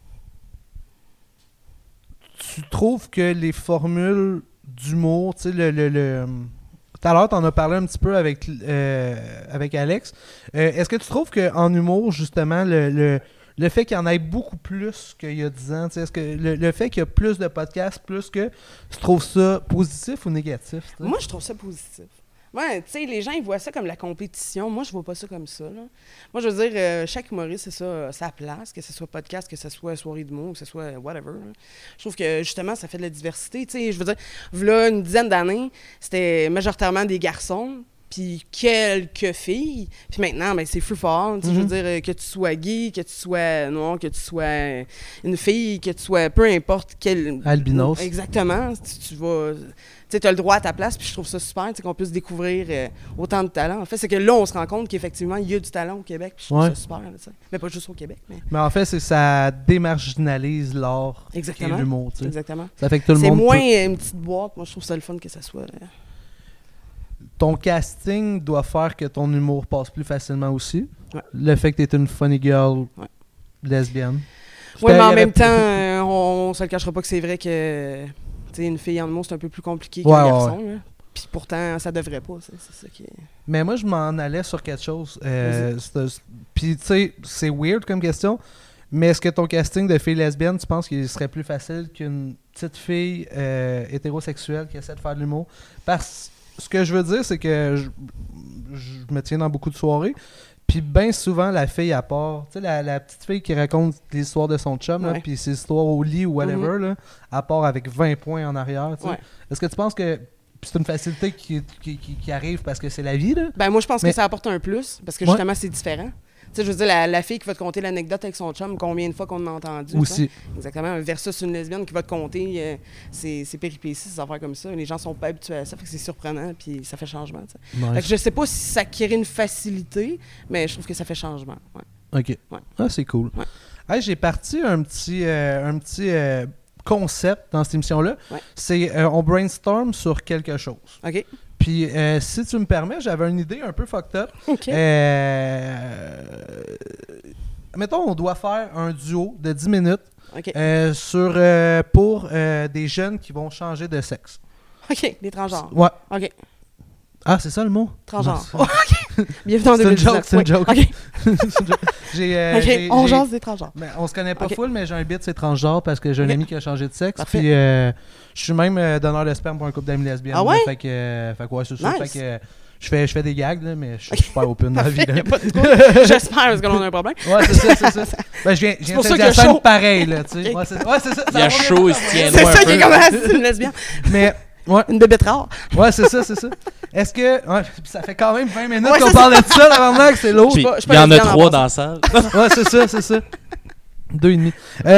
tu trouves que les formules d'humour, tu sais, tout à l'heure, tu en as parlé un petit peu avec Alex. Est-ce que tu trouves qu'en humour, justement, le fait qu'il y en ait beaucoup plus qu'il y a 10 ans, tu sais, est-ce que le fait qu'il y a plus de podcasts, tu trouves ça positif ou négatif? Tu sais? Moi, je trouve ça positif. Ouais, tu sais, les gens, ils voient ça comme la compétition. Moi, je vois pas ça comme ça. Là. Moi, je veux dire, chaque humoriste, c'est ça, sa place, que ce soit podcast, que ce soit soirée d'humour, que ce soit whatever. Là. Je trouve que, justement, ça fait de la diversité. Tu sais, je veux dire, là, une dizaine d'années, c'était majoritairement des garçons, puis quelques filles. Puis maintenant, ben, c'est free for all. Tu sais, je veux dire, que tu sois gay, que tu sois noir, que tu sois une fille, que tu sois peu importe quel... Albinos. Exactement. Tu vas... Tu as le droit à ta place, puis je trouve ça super qu'on puisse découvrir autant de talent. En fait, c'est que là, on se rend compte qu'effectivement, il y a du talent au Québec, puis je trouve ça super. Là, mais pas juste au Québec. Mais en fait, c'est ça démarginalise l'art et Exactement. l'humour. Tu sais. Exactement. Ça fait que tout le C'est monde moins peut- une petite boîte. Moi, je trouve ça le fun que ça soit. Ton casting doit faire que ton humour passe plus facilement aussi. Ouais. Le fait que tu es une funny girl Ouais. lesbienne. Oui, mais en Il y même avait- temps, on se le cachera pas que c'est vrai que une fille en humour, c'est un peu plus compliqué qu'un Ouais, garçon. Là. Puis pourtant, ça devrait pas. C'est ça qui est... Mais moi, je m'en allais sur quelque chose. Puis, tu sais, c'est weird comme question. Mais est-ce que ton casting de fille lesbienne, tu penses qu'il serait plus facile qu'une petite fille hétérosexuelle qui essaie de faire de l'humour? Parce que ce que je veux dire, c'est que je me tiens dans beaucoup de soirées. Puis bien souvent, la fille à part, tu sais, la petite fille qui raconte l'histoire de son chum, là, puis ses histoires au lit ou whatever, là, à part avec 20 points en arrière, tu sais. Est-ce que tu penses que c'est une facilité qui arrive parce que c'est la vie, là? Ben moi, je pense que ça apporte un plus, parce que justement, c'est différent. Tu sais, je veux dire, la fille qui va te conter l'anecdote avec son chum, combien de fois qu'on a entendu. Aussi. Ça? Exactement. Versus une lesbienne qui va te conter ses péripéties, ses affaires comme ça. Les gens sont pas habitués à ça, fait que c'est surprenant, puis ça fait changement. Fait que je sais pas si ça crée une facilité, mais je trouve que ça fait changement. Ouais. OK. Ouais. Ah, c'est cool. Ouais. Hey, j'ai parti un petit concept dans cette émission-là. Ouais. C'est on brainstorm sur quelque chose. OK. Puis, si tu me permets, j'avais une idée un peu fucked up. Okay. Mettons, on doit faire un duo de 10 minutes pour des jeunes qui vont changer de sexe. OK, des transgenres. Ouais. OK. Ah, c'est ça le mot? Transgenre. Oh, OK. Bienvenue en 2019. C'est une joke. OK. On jase des transgenres. Ben, on se connaît pas full, mais j'ai un bit, c'est transgenre parce que j'ai un ami qui a changé de sexe. Parfait. Puis je suis même donneur de sperme pour un couple d'amis lesbiennes. Ah ouais? Fait que ouais, c'est ça. Nice. Fait que je fais des gags, là, mais je suis super open dans la vie. J'espère, parce que l'on a un problème. Ouais, c'est ça. Ben, je viens de dire ça pareil, là, tu sais. Ouais, c'est ça. Il y a chaud, il se tient loin. C'est ça qui est comme c'est une lesbienne. Mais... Ouais. Une bébête rare. Ouais, c'est ça. Est-ce que... Ouais, ça fait quand même 20 minutes qu'on parle de ça, avant que c'est lourd. Il y en a 3 dans la salle. Ouais, c'est ça. 2,5.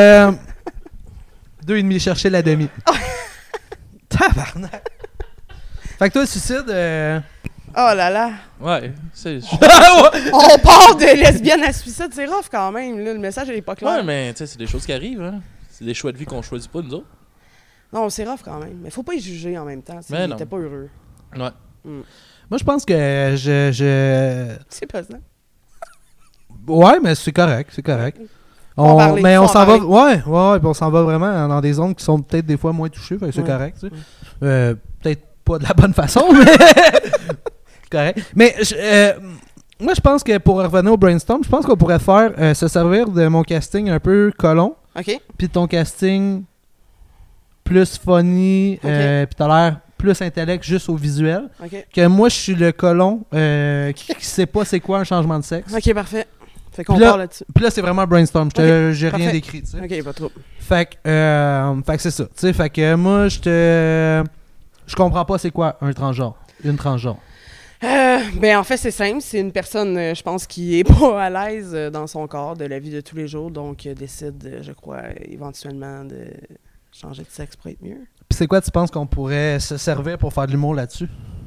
2,5, chercher la demi. Tabarnak. Fait que toi, suicide... Oh là là. Ouais, c'est... On part de lesbienne à suicide, c'est rough quand même. Là. Le message n'est pas clair. Ouais, mais tu sais, c'est des choses qui arrivent. Hein. C'est des choix de vie qu'on choisit pas, nous autres. Non, c'est rough quand même. Mais faut pas y juger en même temps. Mais t'es pas heureux. Ouais. Moi, je pense que C'est pas ça. Ouais, mais c'est correct. Mais on s'en va... Ouais, puis on s'en va vraiment dans des zones qui sont peut-être des fois moins touchées. Fait que c'est correct, tu sais. Peut-être pas de la bonne façon, mais... correct. Mais... moi, je pense que pour revenir au brainstorm, je pense qu'on pourrait faire se servir de mon casting un peu colon. OK. Puis ton casting... plus funny, puis t'as l'air plus intellect juste au visuel. Que moi, je suis le colon qui sait pas c'est quoi un changement de sexe. OK, parfait. Fait qu'on parle là-dessus. Puis là, c'est vraiment brainstorm. J'ai rien décrit, tu sais. OK, pas trop. Fait que c'est ça. Tu sais, fait que moi, je comprends pas c'est quoi un transgenre. Une transgenre. Ben en fait, c'est simple. C'est une personne, je pense, qui est pas à l'aise dans son corps de la vie de tous les jours. Donc, décide, je crois, éventuellement de... changer de sexe pour être mieux. Puis c'est quoi tu penses qu'on pourrait se servir pour faire de l'humour là-dessus?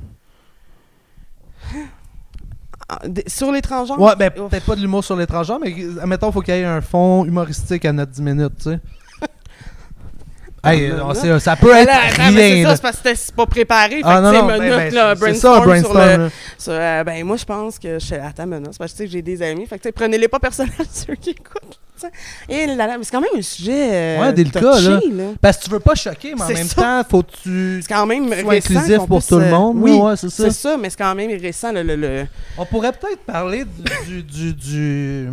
Sur les transgenres? Ouais, ben peut-être pas de l'humour sur les transgenres, mais admettons, il faut qu'il y ait un fond humoristique à notre 10 minutes, tu sais. Hey, ça peut être rien. C'est ça, c'est parce que c'est pas préparé. Ah non, c'est ça, brainstorm. Ben moi, je pense que... Attends, mais non, c'est parce que j'ai des amis. Fait que prenez-les pas personnels, ceux qui écoutent. Et là, mais c'est quand même un sujet délicat, touché, là. Parce que tu veux pas choquer, mais en même temps, faut que tu c'est quand même sois inclusif pour tout le monde. Oui, ouais, c'est ça, mais c'est quand même récent. On pourrait peut-être parler du...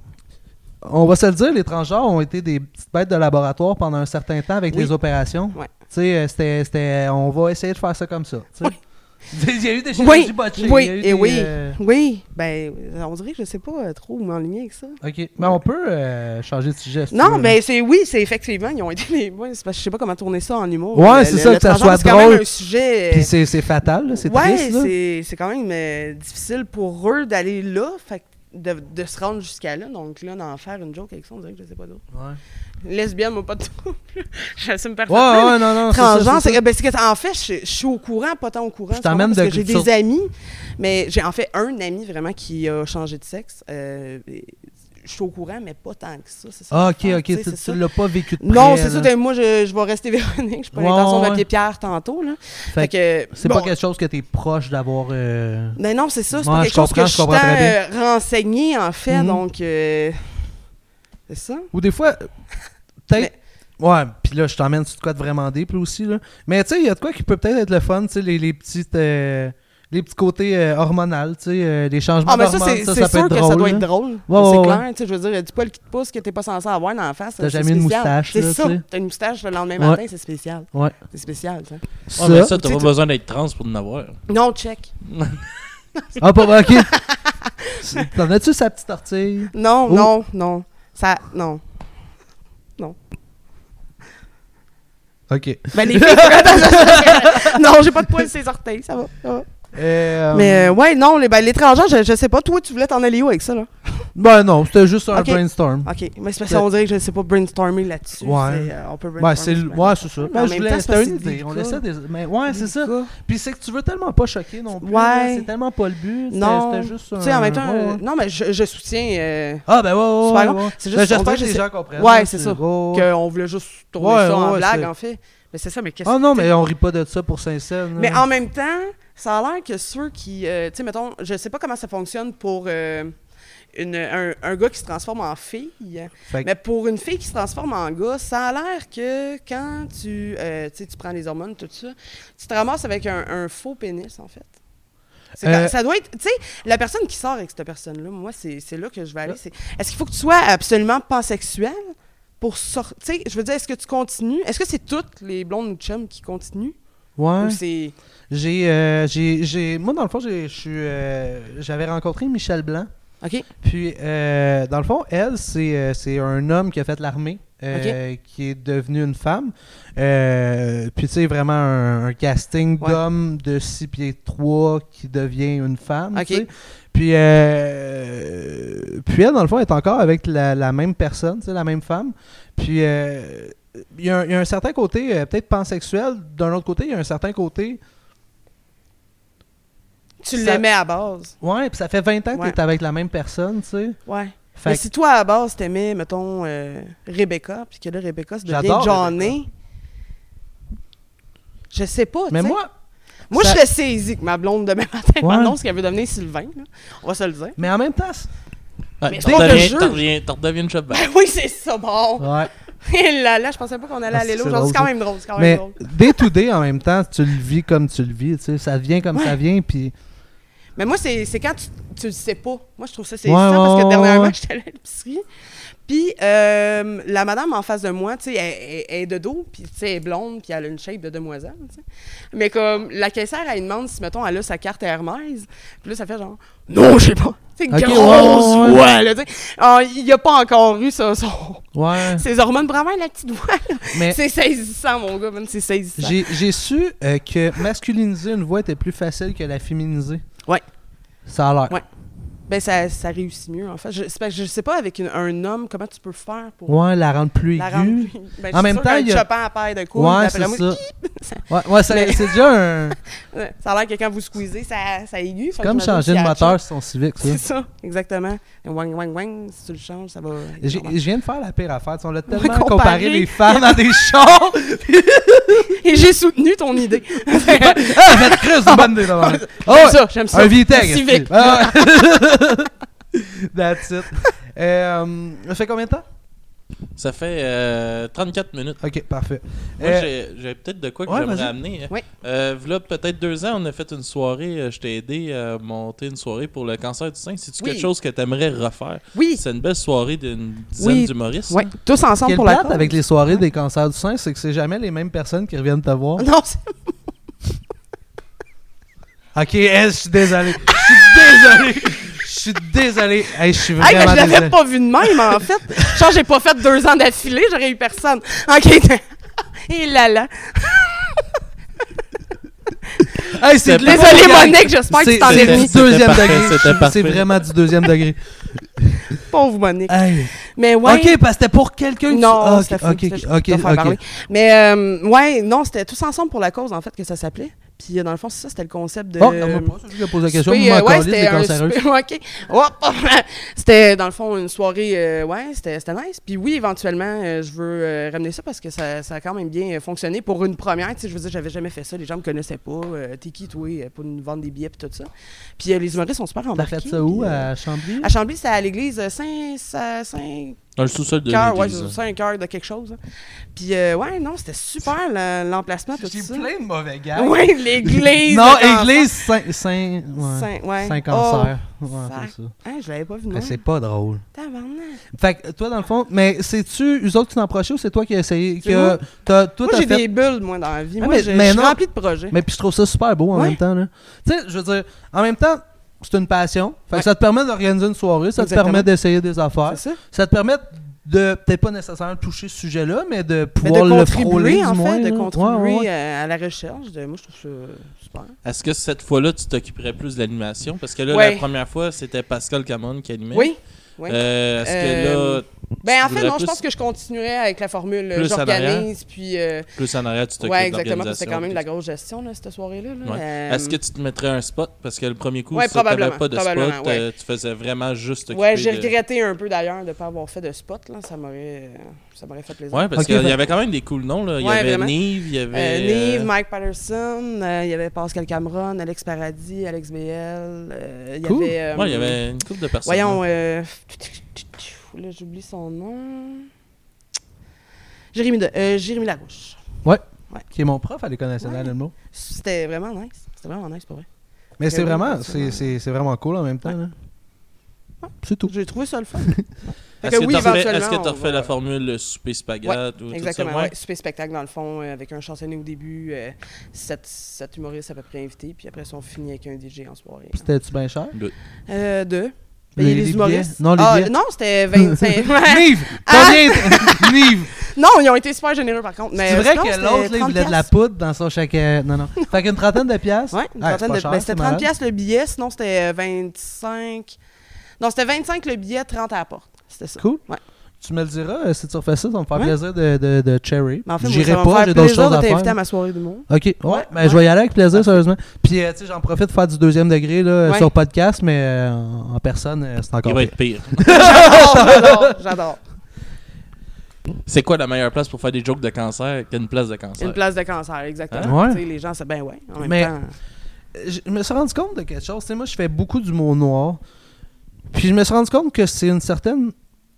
On va se le dire, les transgenres ont été des petites bêtes de laboratoire pendant un certain temps avec les opérations. Ouais. Tu sais, on va essayer de faire ça comme ça. Oui. Il y a eu des chirurgies botchées. Oui. Ben, on dirait que je sais pas trop où m'enligner avec ça. OK. Mais on peut changer de sujet. Non, mais c'est effectivement, ils ont été les... c'est parce que je sais pas comment tourner ça en humour. Ouais, c'est ça, que ça soit drôle. C'est quand même un sujet... Puis c'est fatal, là, c'est triste. Ouais, c'est quand même difficile pour eux d'aller là, fait de se rendre jusqu'à là. Donc là, d'en faire une joke avec ça, on dirait que je sais pas d'autre. Ouais. Lesbienne, moi, pas de tout. J'assume parfaitement. Ouais, non. Transgenre, en fait, je suis au courant, pas tant au courant. Je t'emmène parce que j'ai des amis, mais j'ai en fait un ami vraiment qui a changé de sexe. Je suis au courant, mais pas tant que ça. C'est ça ah, OK. Tu l'as pas vécu de près. Non, c'est ça. Moi, je vais rester Véronique. Je n'ai pas l'intention d'appeler Pierre tantôt. Là. Fait que, c'est pas quelque chose que tu es proche d'avoir... Ben non, c'est ça. C'est pas quelque chose que je suis renseigné, en fait. Donc, c'est ça. Ou des fois, peut-être... Ouais, puis là, je t'emmène sur de quoi de vraiment deep aussi. Là. Mais tu sais, il y a de quoi qui peut peut-être être le fun, tu sais, les petites... les petits côtés hormonaux, tu sais, les changements d'hormones, ça peut être drôle. C'est sûr que ça doit être drôle. Ouais, c'est clair, tu sais, je veux dire, du poil qui te pousse que t'es pas censé avoir dans la face. T'as jamais une moustache, c'est ça. T'as une moustache le lendemain matin, c'est spécial. Ouais. C'est spécial, ça. Ouais, mais ça, t'as pas besoin d'être trans pour en avoir. Non, check. Ah, pas OK. T'en as-tu sa petite ortie? Non, Oh. non. Ça, non. OK. Ben, les filles, non, j'ai pas de poils sur les orteils, ça va. Mais ouais, non, l'étranger, je sais pas. Toi, tu voulais t'en aller où avec ça, là? Ben non, c'était juste un Ok. brainstorm. OK, mais c'est parce qu'on dirait que je sais pas brainstormer là-dessus. Ouais. On peut Ben, brainstormer. c'est ça. Mais Ben, en je même voulais, temps, c'est c'était parce une que c'est idée. On des laissait gars. des. Mais ouais, c'est ça. Gars. Puis c'est que tu veux tellement pas choquer non plus. Ouais. là, c'est tellement pas le but. Non. C'était juste un. Tu sais, en même temps, ouais. non, mais je soutiens Ah, ben ouais. super ouais. c'est Ben, juste j'espère on que les dirait gens comprennent. Ouais, là, c'est ça. ouais. qu'on voulait juste tourner Ouais, ça en ouais, blague, c'est- en fait. Mais c'est ça, mais qu'est-ce Ah que non, mais on rit pas de ça pour Saint-Saëns. Mais en même temps, ça a l'air que ceux qui. Tu sais, mettons, je sais pas comment ça fonctionne pour un gars qui se transforme en fille. Fait que- Mais pour une fille qui se transforme en gars, ça a l'air que quand tu prends les hormones, tout ça, tu te ramasses avec un faux pénis, en fait. Ça doit être. Tu sais, la personne qui sort avec cette personne-là, moi, c'est là que je vais aller. Est-ce qu'il faut que tu sois absolument pansexuel pour sortir? Tu sais, je veux dire, est-ce que tu continues? Est-ce que c'est toutes les blondes ou chums qui continuent? Ouais. Ou c'est. Moi, dans le fond, j'avais rencontré Michel Blanc. OK. Puis, dans le fond, elle, c'est un homme qui a fait l'armée, qui est devenu une femme. Puis, tu sais, vraiment un casting Ouais. d'homme de 6 pieds 3 qui devient une femme. OK. tu sais. Puis elle, dans le fond, est encore avec la même personne, tu sais, la même femme. Puis, il y a un certain côté, peut-être pansexuel. D'un autre côté, il y a un certain côté... Tu Ça- l'aimais à base. Ouais, puis ça fait 20 ans que Ouais. t'es avec la même personne, tu sais. Ouais. Fait Mais que- si toi, à base, t'aimais, mettons, Rebecca, puis que là, Rebecca, ça devient J'adore Johnny. Je sais pas, tu Mais sais. moi, Je ça- serais saisie que ma blonde demain matin Ouais. m'annonce qu'elle veut devenir Sylvain. Là. On va se le dire. mais en même temps, Ouais, Mais t'en c'est pas que redeviens- je t'en redeviens une shop back. Ben oui, c'est ça, bon. ouais. Et là, je pensais pas qu'on allait Ah, aller là c'est aujourd'hui. drôle, C'est quand ça. même drôle. C'est quand même Mais drôle. day to day, en même temps, tu le vis comme tu le vis, tu sais. Ça vient comme Ouais. ça vient, puis... Mais moi, c'est quand tu le sais pas. Moi, je trouve ça, c'est Ouais, ça parce ouais, que dernièrement, ouais. j'étais allée à l'épicerie. Puis, la madame en face de moi, tu sais, elle est de dos, puis tu sais, elle est blonde, puis elle a une shape de demoiselle, tu sais. Mais comme, la caissière, elle demande si, mettons, elle a sa carte Hermès. Puis là, ça fait genre, non, je sais pas. C'est une Ok, grosse ouais, ouais. voix, là, tu sais. Ah, il n'y a pas encore eu ça, Ouais. ses hormones, vraiment, la petite voix, là. Mais C'est saisissant, mon gars, man, c'est saisissant. j'ai su que masculiniser une voix était plus facile que la féminiser. Ouais. Ça a l'air. Ouais. Ben, ça réussit mieux, en fait. C'est parce que je sais pas, avec un homme, comment tu peux faire pour Ouais, la rendre plus la rendre aiguë. plus... Ben, En même temps, il y a- chopin à paille de couilles, Ouais, d'après c'est moi, ça. Ouais, Mais- c'est déjà un... ouais, ça a l'air que quand vous squeezez, ça aiguë. C'est comme changer de moteur sur son Civic, ça. C'est ça, exactement. Wang, wang, wang, si tu le changes, ça va... Je viens de faire la pire affaire. On l'a tellement comparer. comparé les femmes à des chars. Et j'ai soutenu ton idée. Ah, faites creuse, une bonne idée, là. J'aime ça, j'aime ça. Un VTEC. Civic. Ah. That's it. Ça fait combien de temps? Ça fait 34 minutes. Ok, parfait. Moi, j'ai peut-être de quoi que ouais, j'aimerais vas-y. amener. Hein. Oui. V'là peut-être 2 ans, on a fait une soirée. Je t'ai aidé à monter une soirée pour le cancer du sein. C'est-tu Oui. quelque chose que tu aimerais refaire? Oui, C'est une belle soirée d'une dizaine Oui. d'humoristes. oui, hein. tous ensemble Quelle pour la plate cause. avec les soirées des cancers du sein, c'est que c'est jamais les mêmes personnes qui reviennent te voir. Non, c'est... Ok, je suis désolé. Je suis désolé. Hey, je suis Hey, mais vraiment je l'avais désolé. pas vu de même, en fait. Genre, j'ai pas fait 2 ans d'affilée, j'aurais eu personne. OK. Et là. Hey, c'est de la Désolé, bonne gang. Monique, j'espère que tu t'en es C'est remis. du deuxième C'était degré. parfait, c'était parfait. C'est vraiment du deuxième degré. Pauvre Monique. Hey. Mais ouais. Ok, parce que c'était pour quelqu'un que Non, Ah, c'était ok, fou, ok, c'était ok, je vais faire parler. ok. Mais ouais, non, c'était tous ensemble pour la cause, en fait, que ça s'appelait. Puis dans le fond, c'est ça, c'était le concept de... Bon, non, pas, c'est lui qui a posé la question. souper, Moi, ouais, encore c'était des un cancéreuses. souper, OK. Hop! C'était, dans le fond, une soirée, ouais, c'était nice. Puis oui, éventuellement, je veux ramener ça parce que ça a quand même bien fonctionné pour une première. Tu sais, je veux dire, j'avais jamais fait ça, les gens me connaissaient pas. T'es qui, toi, pour nous vendre des billets puis tout ça. Puis les humoristes sont super T'as embarqués. fait ça où, puis, à Chambly? À Chambly, c'est à l'église Saint-Cœur, Dans le sous-sol de ouais, l'église. c'est ça, un cœur de quelque chose. Hein. Puis ouais, non, c'était super l'emplacement, tout J'ai ça. plein de mauvais gars. Oui, l'église. Non, de cancer. église Saint... Ouais. Saint-Cancer. Ouais, sac. c'est ça. Hein, je l'avais pas vu, Mais non. c'est pas drôle. Tabarnak. Fait que toi, dans le fond, mais c'est-tu eux autres qui t'en approché ou c'est toi qui as essayé? C'est moi. Toi, Moi, t'as j'ai fait... des bulles, moi, dans la vie. Ah, Moi, mais je non. suis rempli de projets. Mais puis je trouve ça super beau en Ouais. même temps, là. Tu sais, je veux dire, en même temps, c'est une passion. Fait Ouais. que ça te permet d'organiser une soirée, ça Exactement. te permet d'essayer des affaires. C'est ça. Ça te permet de peut-être pas nécessairement toucher ce sujet-là, mais de Mais pouvoir de le contribuer, frôler en du moins. fait, de là. contribuer Ouais. à la recherche. Moi, je trouve ça super. Est-ce que cette fois-là, tu t'occuperais plus de l'animation? Parce que là, Ouais. la première fois, c'était Pascal Camon qui animait. Oui. Oui. Est-ce que là, Ben, en tu fait, voudrais non, je plus- pense que je continuerais avec la formule. Plus en J'organise, puis. plus en arrière, tu t'occupes Ouais, de exactement. Parce que c'était l'organisation, quand même de la puis- grosse gestion, là, cette soirée-là. Là. Ouais. Est-ce que tu te mettrais un spot? Parce que le premier coup, Ouais, tu n'avais probablement, pas de spot, probablement, ouais. tu faisais vraiment juste t'occuper Ouais, j'ai de... regretté un peu d'ailleurs de ne pas avoir fait de spot. Là. Ça m'aurait fait plaisir. Ouais, parce Ok, qu'il fait- y avait quand même des cool noms. Là. Il y Ouais, avait vraiment. Nive, il y avait... Nive, Mike Patterson, il y avait Pascal Cameron, Alex Paradis, Alex BL. Il y Cool. avait. Ouais, il y avait une couple de personnes. Voyons, là. là, j'oublie son nom. Jérémy Larouche. Qui est mon prof à l'École nationale Ouais. de l'humour. C'était vraiment nice. C'était vraiment nice, pour vrai. Mais c'est oui, vraiment, absolument. c'est vraiment cool en même temps. Là. C'est tout. J'ai trouvé ça le fun. Fait Est-ce que oui, tu refais éventuellement, on refait la va- formule souper spaghetti ou Exactement, tout ça? ouais. Super spectacle dans le fond, avec un chansonnier au début, 7 humoristes à peu près invités, puis après ça, on finit avec un DJ en soirée. Puis c'était-tu bien cher? Deux. Payer les humoristes. billets? Non, les billets. Non, c'était 25. Nive! Ah! Combien? Nive! Non, ils ont été super généreux par contre. Mais C'est vrai sinon, que c'était l'autre, là, il 30 voulait de la piastres. poudre dans son chèque. Non. Fait qu'une trentaine de piastres. Ouais, une Ah, trentaine c'est pas de. cher, Ben, c'était c'est 30 malade. piastres le billet, sinon c'était 25. Non, c'était 25 le billet, 30 à la porte. C'était ça. Cool. Ouais. Tu me le diras si tu refais ça, ça va me faire Ouais. plaisir de cherry. Mais en fait, moi, J'irai ça va me pas, faire j'ai d'autres plaisir choses de à t'inviter à faire. ma soirée d'humour. Ok, ouais, Ouais, ben, ouais. je vais y aller avec plaisir, sérieusement. Puis, tu sais, j'en profite de faire du deuxième degré là, Ouais. sur podcast, mais en personne, c'est Il encore va pire. être pire. J'adore. C'est quoi la meilleure place pour faire des jokes de cancer qu'une place de cancer? Une place de cancer, exactement. Hein? Tu sais, les gens, c'est ben ouais. En même Mais- temps. Je me suis rendu compte de quelque chose. Tu sais, moi, je fais beaucoup d'humour noir. Puis, je me suis rendu compte que c'est une certaine...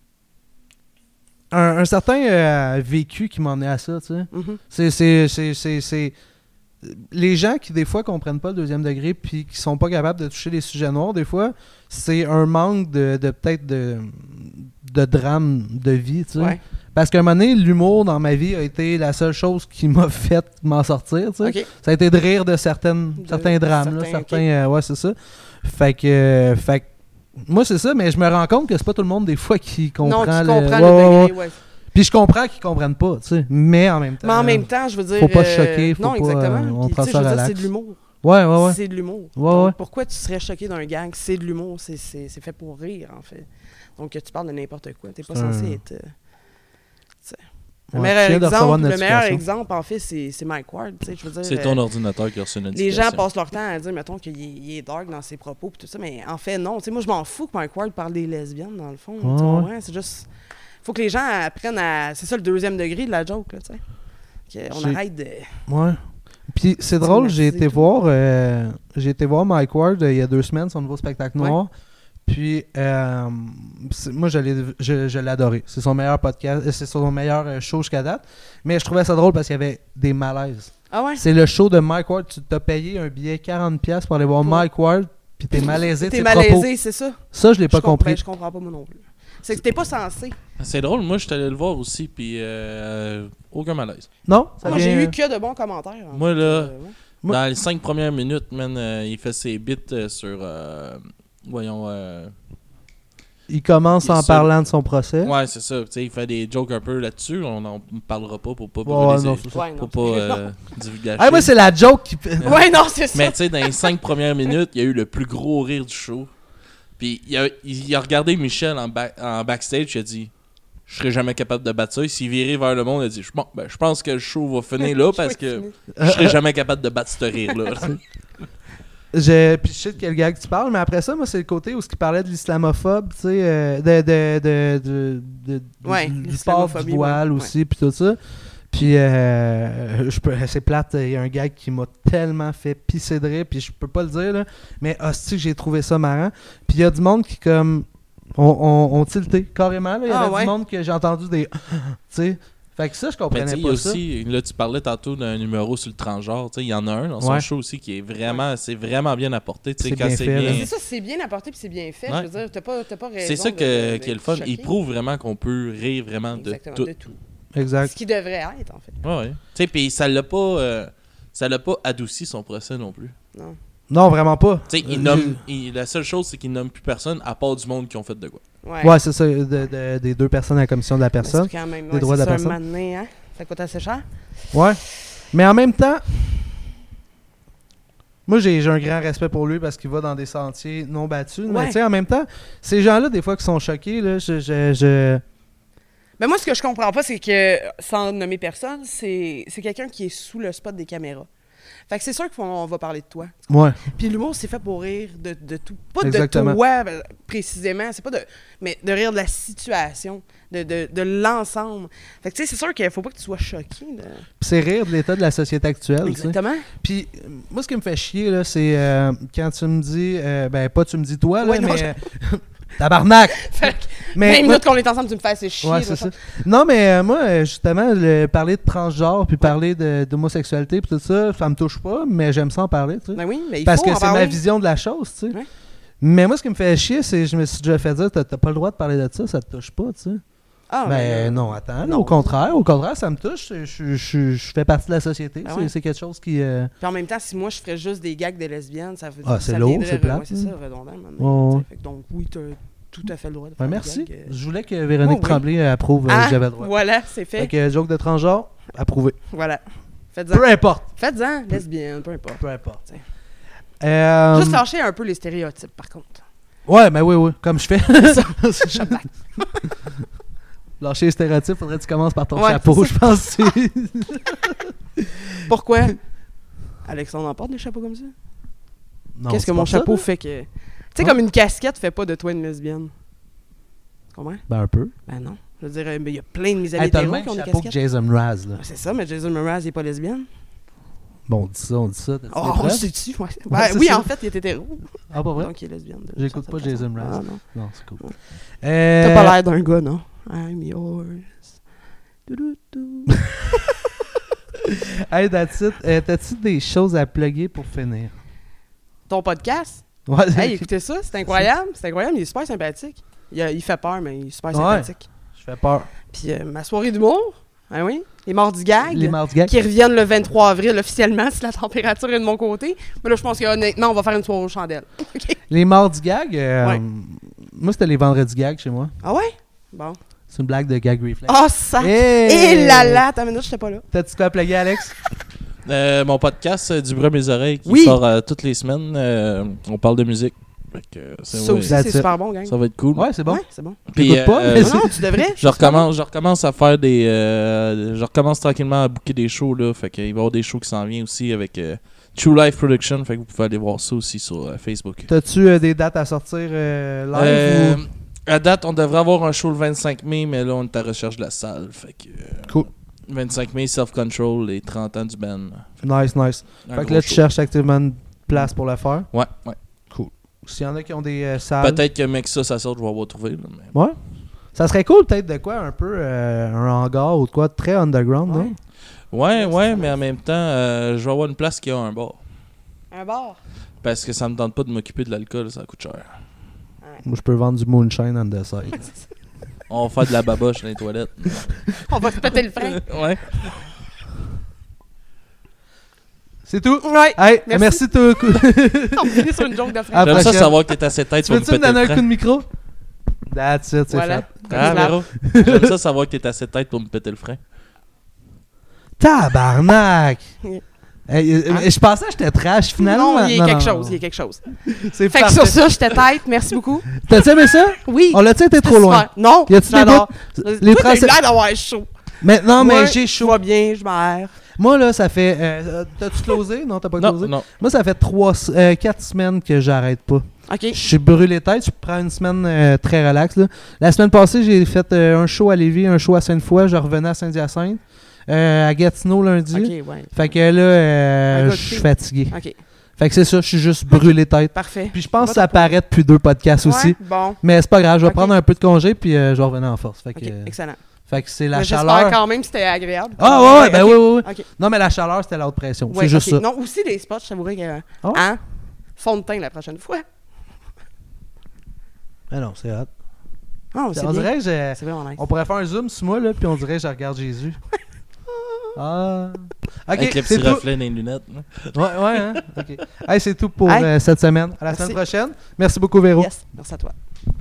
Un certain vécu qui m'en est à ça, tu sais. Mhm. C'est les gens qui des fois comprennent pas le deuxième degré puis qui sont pas capables de toucher les sujets noirs des fois, c'est un manque de peut-être de drame de vie, tu sais. Ouais. Parce qu'à un moment donné, l'humour dans ma vie a été la seule chose qui m'a fait m'en sortir, tu sais. OK. Ça a été de rire de certains drames, là, ouais, c'est ça. Fait que moi c'est ça, mais je me rends compte que c'est pas tout le monde des fois qui comprend Non, tu le comprends ouais, le ouais, degré, ouais. Puis je comprends qu'ils comprennent pas, tu sais, mais en même temps. Mais en même temps, je veux dire. faut pas se choquer, faut non, pas, exactement. on Puis, prend tu sais, ça je veux dire, relax. c'est de l'humour. Ouais. C'est de l'humour. Ouais, Donc, ouais. pourquoi tu serais choqué d'un gag? C'est de l'humour. C'est fait pour rire, en fait. Donc, tu parles de n'importe quoi. T'es pas censé être. Le Ouais, meilleur je viens de recevoir exemple, une le meilleur notification. exemple, en fait, c'est Mike Ward. Tu sais, je veux dire, C'est ton ordinateur qui a reçu une les gens notification. passent leur temps à dire, mettons, qu'il est dark dans ses propos pis tout ça, mais en fait, non. Tu sais, moi, je m'en fous que Mike Ward parle des lesbiennes, dans le fond. Tu comprends? C'est juste... Faut que les gens apprennent à... C'est ça le deuxième degré de la joke, là, tu sais. On arrête de... Ouais. Puis c'est drôle, j'ai Stigmatisé, été voir Mike Ward il y a 2 semaines, son nouveau spectacle noir. Puis moi je l'ai adoré. C'est son meilleur podcast, c'est son meilleur show jusqu'à date. Mais je trouvais ça drôle parce qu'il y avait des malaises. Ah ouais? C'est le show de Mike Ward, tu t'as payé un billet 40$ pour aller voir Ouais. Mike Ward, puis t'es malaisé de T'es ses malaisé, propos. c'est ça. Ça, je l'ai pas compris. Je comprends pas moi non plus. C'est que t'es pas censé. C'est drôle, moi, je suis allé le voir aussi, puis aucun malaise. Non? Ça Moi, vient- j'ai eu que de bons commentaires. en Moi, fait. là, Ouais. Moi- Dans les 5 premières minutes, man, il fait ses bits sur... Il commence Il est en seul. parlant de son procès. Ouais, c'est ça. Tu sais, il fait des jokes un peu là-dessus. On n'en parlera pas pour pas Ouais, brûler non, ses- c'est ça. Ouais, non, pour c'est- pas non. divulgacher. Ah, moi, c'est la joke qui. Ouais, non, c'est ça. Mais tu sais, dans les 5 premières minutes, il y a eu le plus gros rire du show. Puis il a regardé Michel en backstage, il a dit « Je serai jamais capable de battre ça. » Il s'est viré vers le monde, il a dit « Bon, ben, je pense que le show va finir là parce que je serai jamais capable de battre ce rire-là. » Puis je sais de quel gag tu parles, mais après ça, moi, c'est le côté où il parlait de l'islamophobe, tu sais, Ouais, du port du l'islamophobie, voile ouais. aussi, puis tout ça. Puis, c'est plate, il y a un gag qui m'a tellement fait pisser de rire, puis je peux pas le dire, là, mais hostie que j'ai trouvé ça marrant. Puis il y a du monde qui, comme, ont tilté, carrément, là. Il y Ah, avait ouais. du monde que j'ai entendu des... tu sais, fait que ça, je Ben, comprenais tu sais, il y a pas ça. aussi, là, tu parlais tantôt d'un numéro sur le transgenre. Tu sais, il y en a un dans son Ouais. show aussi qui est vraiment, c'est vraiment bien apporté. Tu sais, C'est quand bien c'est fait, là. bien. C'est ça, c'est bien apporté puis c'est bien fait. Ouais. Je veux dire, t'as pas raison. C'est ça de qui est le fun. choquer. Il prouve vraiment qu'on peut rire vraiment de Exactement, tout. de tout. Exact. Ce qui devrait être, en fait. Ouais, ouais. Tu sais, puis ça l'a pas adouci son procès non plus. Non. Non, vraiment pas. Tu sais, la seule chose, c'est qu'il nomme plus personne à part du monde qui ont fait de quoi. Ouais, c'est ça, des 2 personnes à la commission de la personne. C'est quand même, des droits de la personne. Un moment donné, hein? Ça coûte assez cher. Ouais. Mais en même temps, moi, j'ai un grand respect pour lui parce qu'il va dans des sentiers non battus. Ouais. Mais tu sais, en même temps, ces gens-là, des fois, qui sont choqués, là, Mais moi, ce que je comprends pas, c'est que, sans nommer personne, c'est quelqu'un qui est sous le spot des caméras. Fait que c'est sûr qu'on va parler de toi. Ouais. Puis l'humour, c'est fait pour rire de tout. Pas Exactement. de toi, précisément. C'est pas de... Mais de rire de la situation, de l'ensemble. Fait que tu sais, c'est sûr qu'il faut pas que tu sois choqué. Puis c'est rire de l'état de la société actuelle. Exactement. Puis moi, ce qui me fait chier, là, c'est quand tu me dis... ben, pas tu me dis toi, là, Ouais, non, mais... Tabarnak! Fait que, Mais 20 moi- minutes qu'on est ensemble, tu me fais assez chier. Ouais, c'est ça. Non, mais moi, justement, parler de transgenre puis parler d'homosexualité puis tout ça, ça me touche pas, mais j'aime ça en parler, tu sais. Ben oui, mais il Parce faut que en c'est ma parler. vision de la chose, tu sais. Ouais. Mais moi, ce qui me fait chier, c'est que je me suis déjà fait dire, t'as pas le droit de parler de ça te touche pas, tu sais. Ah, Ben non, attends, là, non. au contraire, ça me touche. Je fais partie de la société. Ah ouais. C'est quelque chose qui. Puis en même temps, si moi je ferais juste des gags de lesbiennes, ça veut Ah, c'est ça lourd, viendrait- c'est plate, Ouais, c'est ça, redondant. Ouais, ouais. Fait que donc, oui, t'as tout à fait le droit de Ben, faire merci. des gags. Je voulais que Véronique Oh, oui. Tremblay approuve Ah, que j'avais le droit. voilà, c'est fait. Fait que joke de transgenre, approuvé. Voilà. Faites-en. Peu importe. Faites-en, lesbienne, peu importe. Peu importe. T'sais. Juste lâcher un peu les stéréotypes, par contre. Ouais, ben oui, comme je fais. Ça. Lâcher les stéréotypes, faudrait que tu commences par ton Ouais, chapeau, c'est je pense. Pourquoi Alexandre en porte des chapeaux comme ça? Non, Qu'est-ce que c'est mon pas ça, chapeau là? fait que. Tu sais, Ouais. comme une casquette fait pas de toi une lesbienne. Tu comprends? Ben un peu. Ben non. Je veux dire, il y a plein de mes amis Hey, t'as le hétéros même qui ont des chapeau que casquettes. Jason Mraz, là. Ouais, c'est ça, mais Jason Mraz, il est pas lesbienne. Bon, on dit ça. T'as-tu des Oh, on le preuves? sait-tu? Ouais. Ouais, Ben, c'est oui, ça. en fait, il est hétéro. Ah, pas vrai? Donc, il est lesbienne. J'écoute pas Jason Mraz. Ah, non. Non, c'est cool. Ouais. T'as pas l'air d'un gars, non? I'm yours. Doudou. Hey, that's it. T'as-tu des choses à plugger pour finir? Ton podcast? Ouais, Hey, écoutez ça, c'est incroyable. C'est incroyable, il est super sympathique. Il fait peur, mais il est super sympathique. je fais peur. Puis ma soirée d'humour, hein oui, les Mardis Gags, Les Mardis Gags. qui reviennent le 23 avril officiellement si la température est de mon côté. Mais là, je pense qu'honnêtement, on va faire une soirée aux chandelles. OK? Les Mardis Gags, Ouais. moi, c'était les Vendredis Gags chez moi. Ah ouais? Bon. C'est une blague de Gag Reflex. Ah, ça! Hey! Et là là! Attends une minute, j'étais pas là. T'as-tu quoi à plugger, Alex? Mon podcast, Du bruit à mes oreilles, qui Oui. sort toutes les semaines. On parle de musique. Fait que, Ça ouais, aussi, That's c'est it. super bon, gang. ça va être cool. Ouais, c'est bon. Ouais, c'est bon. Puis, J'écoute pas, mais Non, non, tu devrais. je recommence à faire des. Je recommence tranquillement à booker des shows, là. Fait qu'il va y avoir des shows qui s'en viennent aussi avec True Life Production. Fait que vous pouvez aller voir ça aussi sur Facebook. T'as-tu des dates à sortir live ou... À date, on devrait avoir un show le 25 mai, mais là, on est à recherche de la salle. Fait que. Cool. 25 mai, Self-Control, les 30 ans du band. Nice. Un Fait que gros là, tu show. cherches activement une place pour le faire. Ouais. S'il y en a qui ont des salles... Peut-être que mec ça sort, je vais avoir trouvé. Là, mais... Ouais. Ça serait cool peut-être de quoi, un peu un hangar ou de quoi très underground, Ouais. non? Ouais, mais en même temps, je vais avoir une place qui a un bar. Un bar. Parce que ça me tente pas de m'occuper de l'alcool, ça coûte cher. Moi, je peux vendre du moonshine on the side. On va faire de la baboche dans les toilettes. On va se péter le frein. Ouais. C'est tout? Ouais. Hey, Merci. merci tout. On finit sur une joke de frein. À la J'aime ça prochaine. savoir que t'es assez tête Tu pour me veux-tu me péter donner le un coup frein. de micro? That's it, c'est Voilà. fait. Ah, Véro? J'aime ça savoir que t'es assez tête pour me péter le frein. Tabarnak! Hey, Hein? je pensais que j'étais trash, finalement. Non, il y a quelque non, chose, non. il y a quelque chose. C'est Fait que parfait. sur ça, j'étais tête. Merci beaucoup. T'as-tu aimé ça? Oui. On l'a-tu été C'était trop loin? super. Non, Y a-tu des j'adore. Les Toi, t'as eu 37 l'air d'avoir chaud. Mais non, mais Moi, j'ai Je chaud. vois bien, je m'aère. Moi, là, ça fait... T'as-tu closé? Non, t'as pas Non, closé? non. Moi, ça fait 4 semaines que j'arrête pas. OK. Je suis brûlé tête, je prends une semaine très relax. Là. La semaine passée, j'ai fait un show à Lévis, un show à Sainte-Foy, je revenais à Saint-Hyacinthe, à Gatineau lundi. OK, ouais. Fait que là, Un gars je de suis fille. fatigué. OK, Fait que c'est ça, je suis juste brûlé tête. parfait. Puis je pense Va que ça te paraît depuis 2 podcasts aussi. Ouais, bon. Mais c'est pas grave, je vais Ok. prendre un peu de congé puis je vais revenir en force. Fait que, OK, excellent. fait que c'est la Mais chaleur. J'espère quand même que c'était agréable. Ah ouais, ben OK. oui, oui, oui. OK. Non, mais la chaleur, c'était la haute pression. Ouais, c'est juste OK. ça. Non, aussi les spots, je savourais que... Ah ouais? Hein? Fond de teint la prochaine fois. Mais non, c'est hot. Ah, c'est On bien. dirait que C'est vraiment nice. on pourrait faire un zoom sur moi, là, puis on dirait que je regarde Jésus. Ah. Avec le c'est petit tout. reflet dans les lunettes. Ouais, hein? OK. Hey, c'est tout pour Hey. cette semaine. À la Merci. semaine prochaine. Merci beaucoup, Véro. Yes, merci à toi.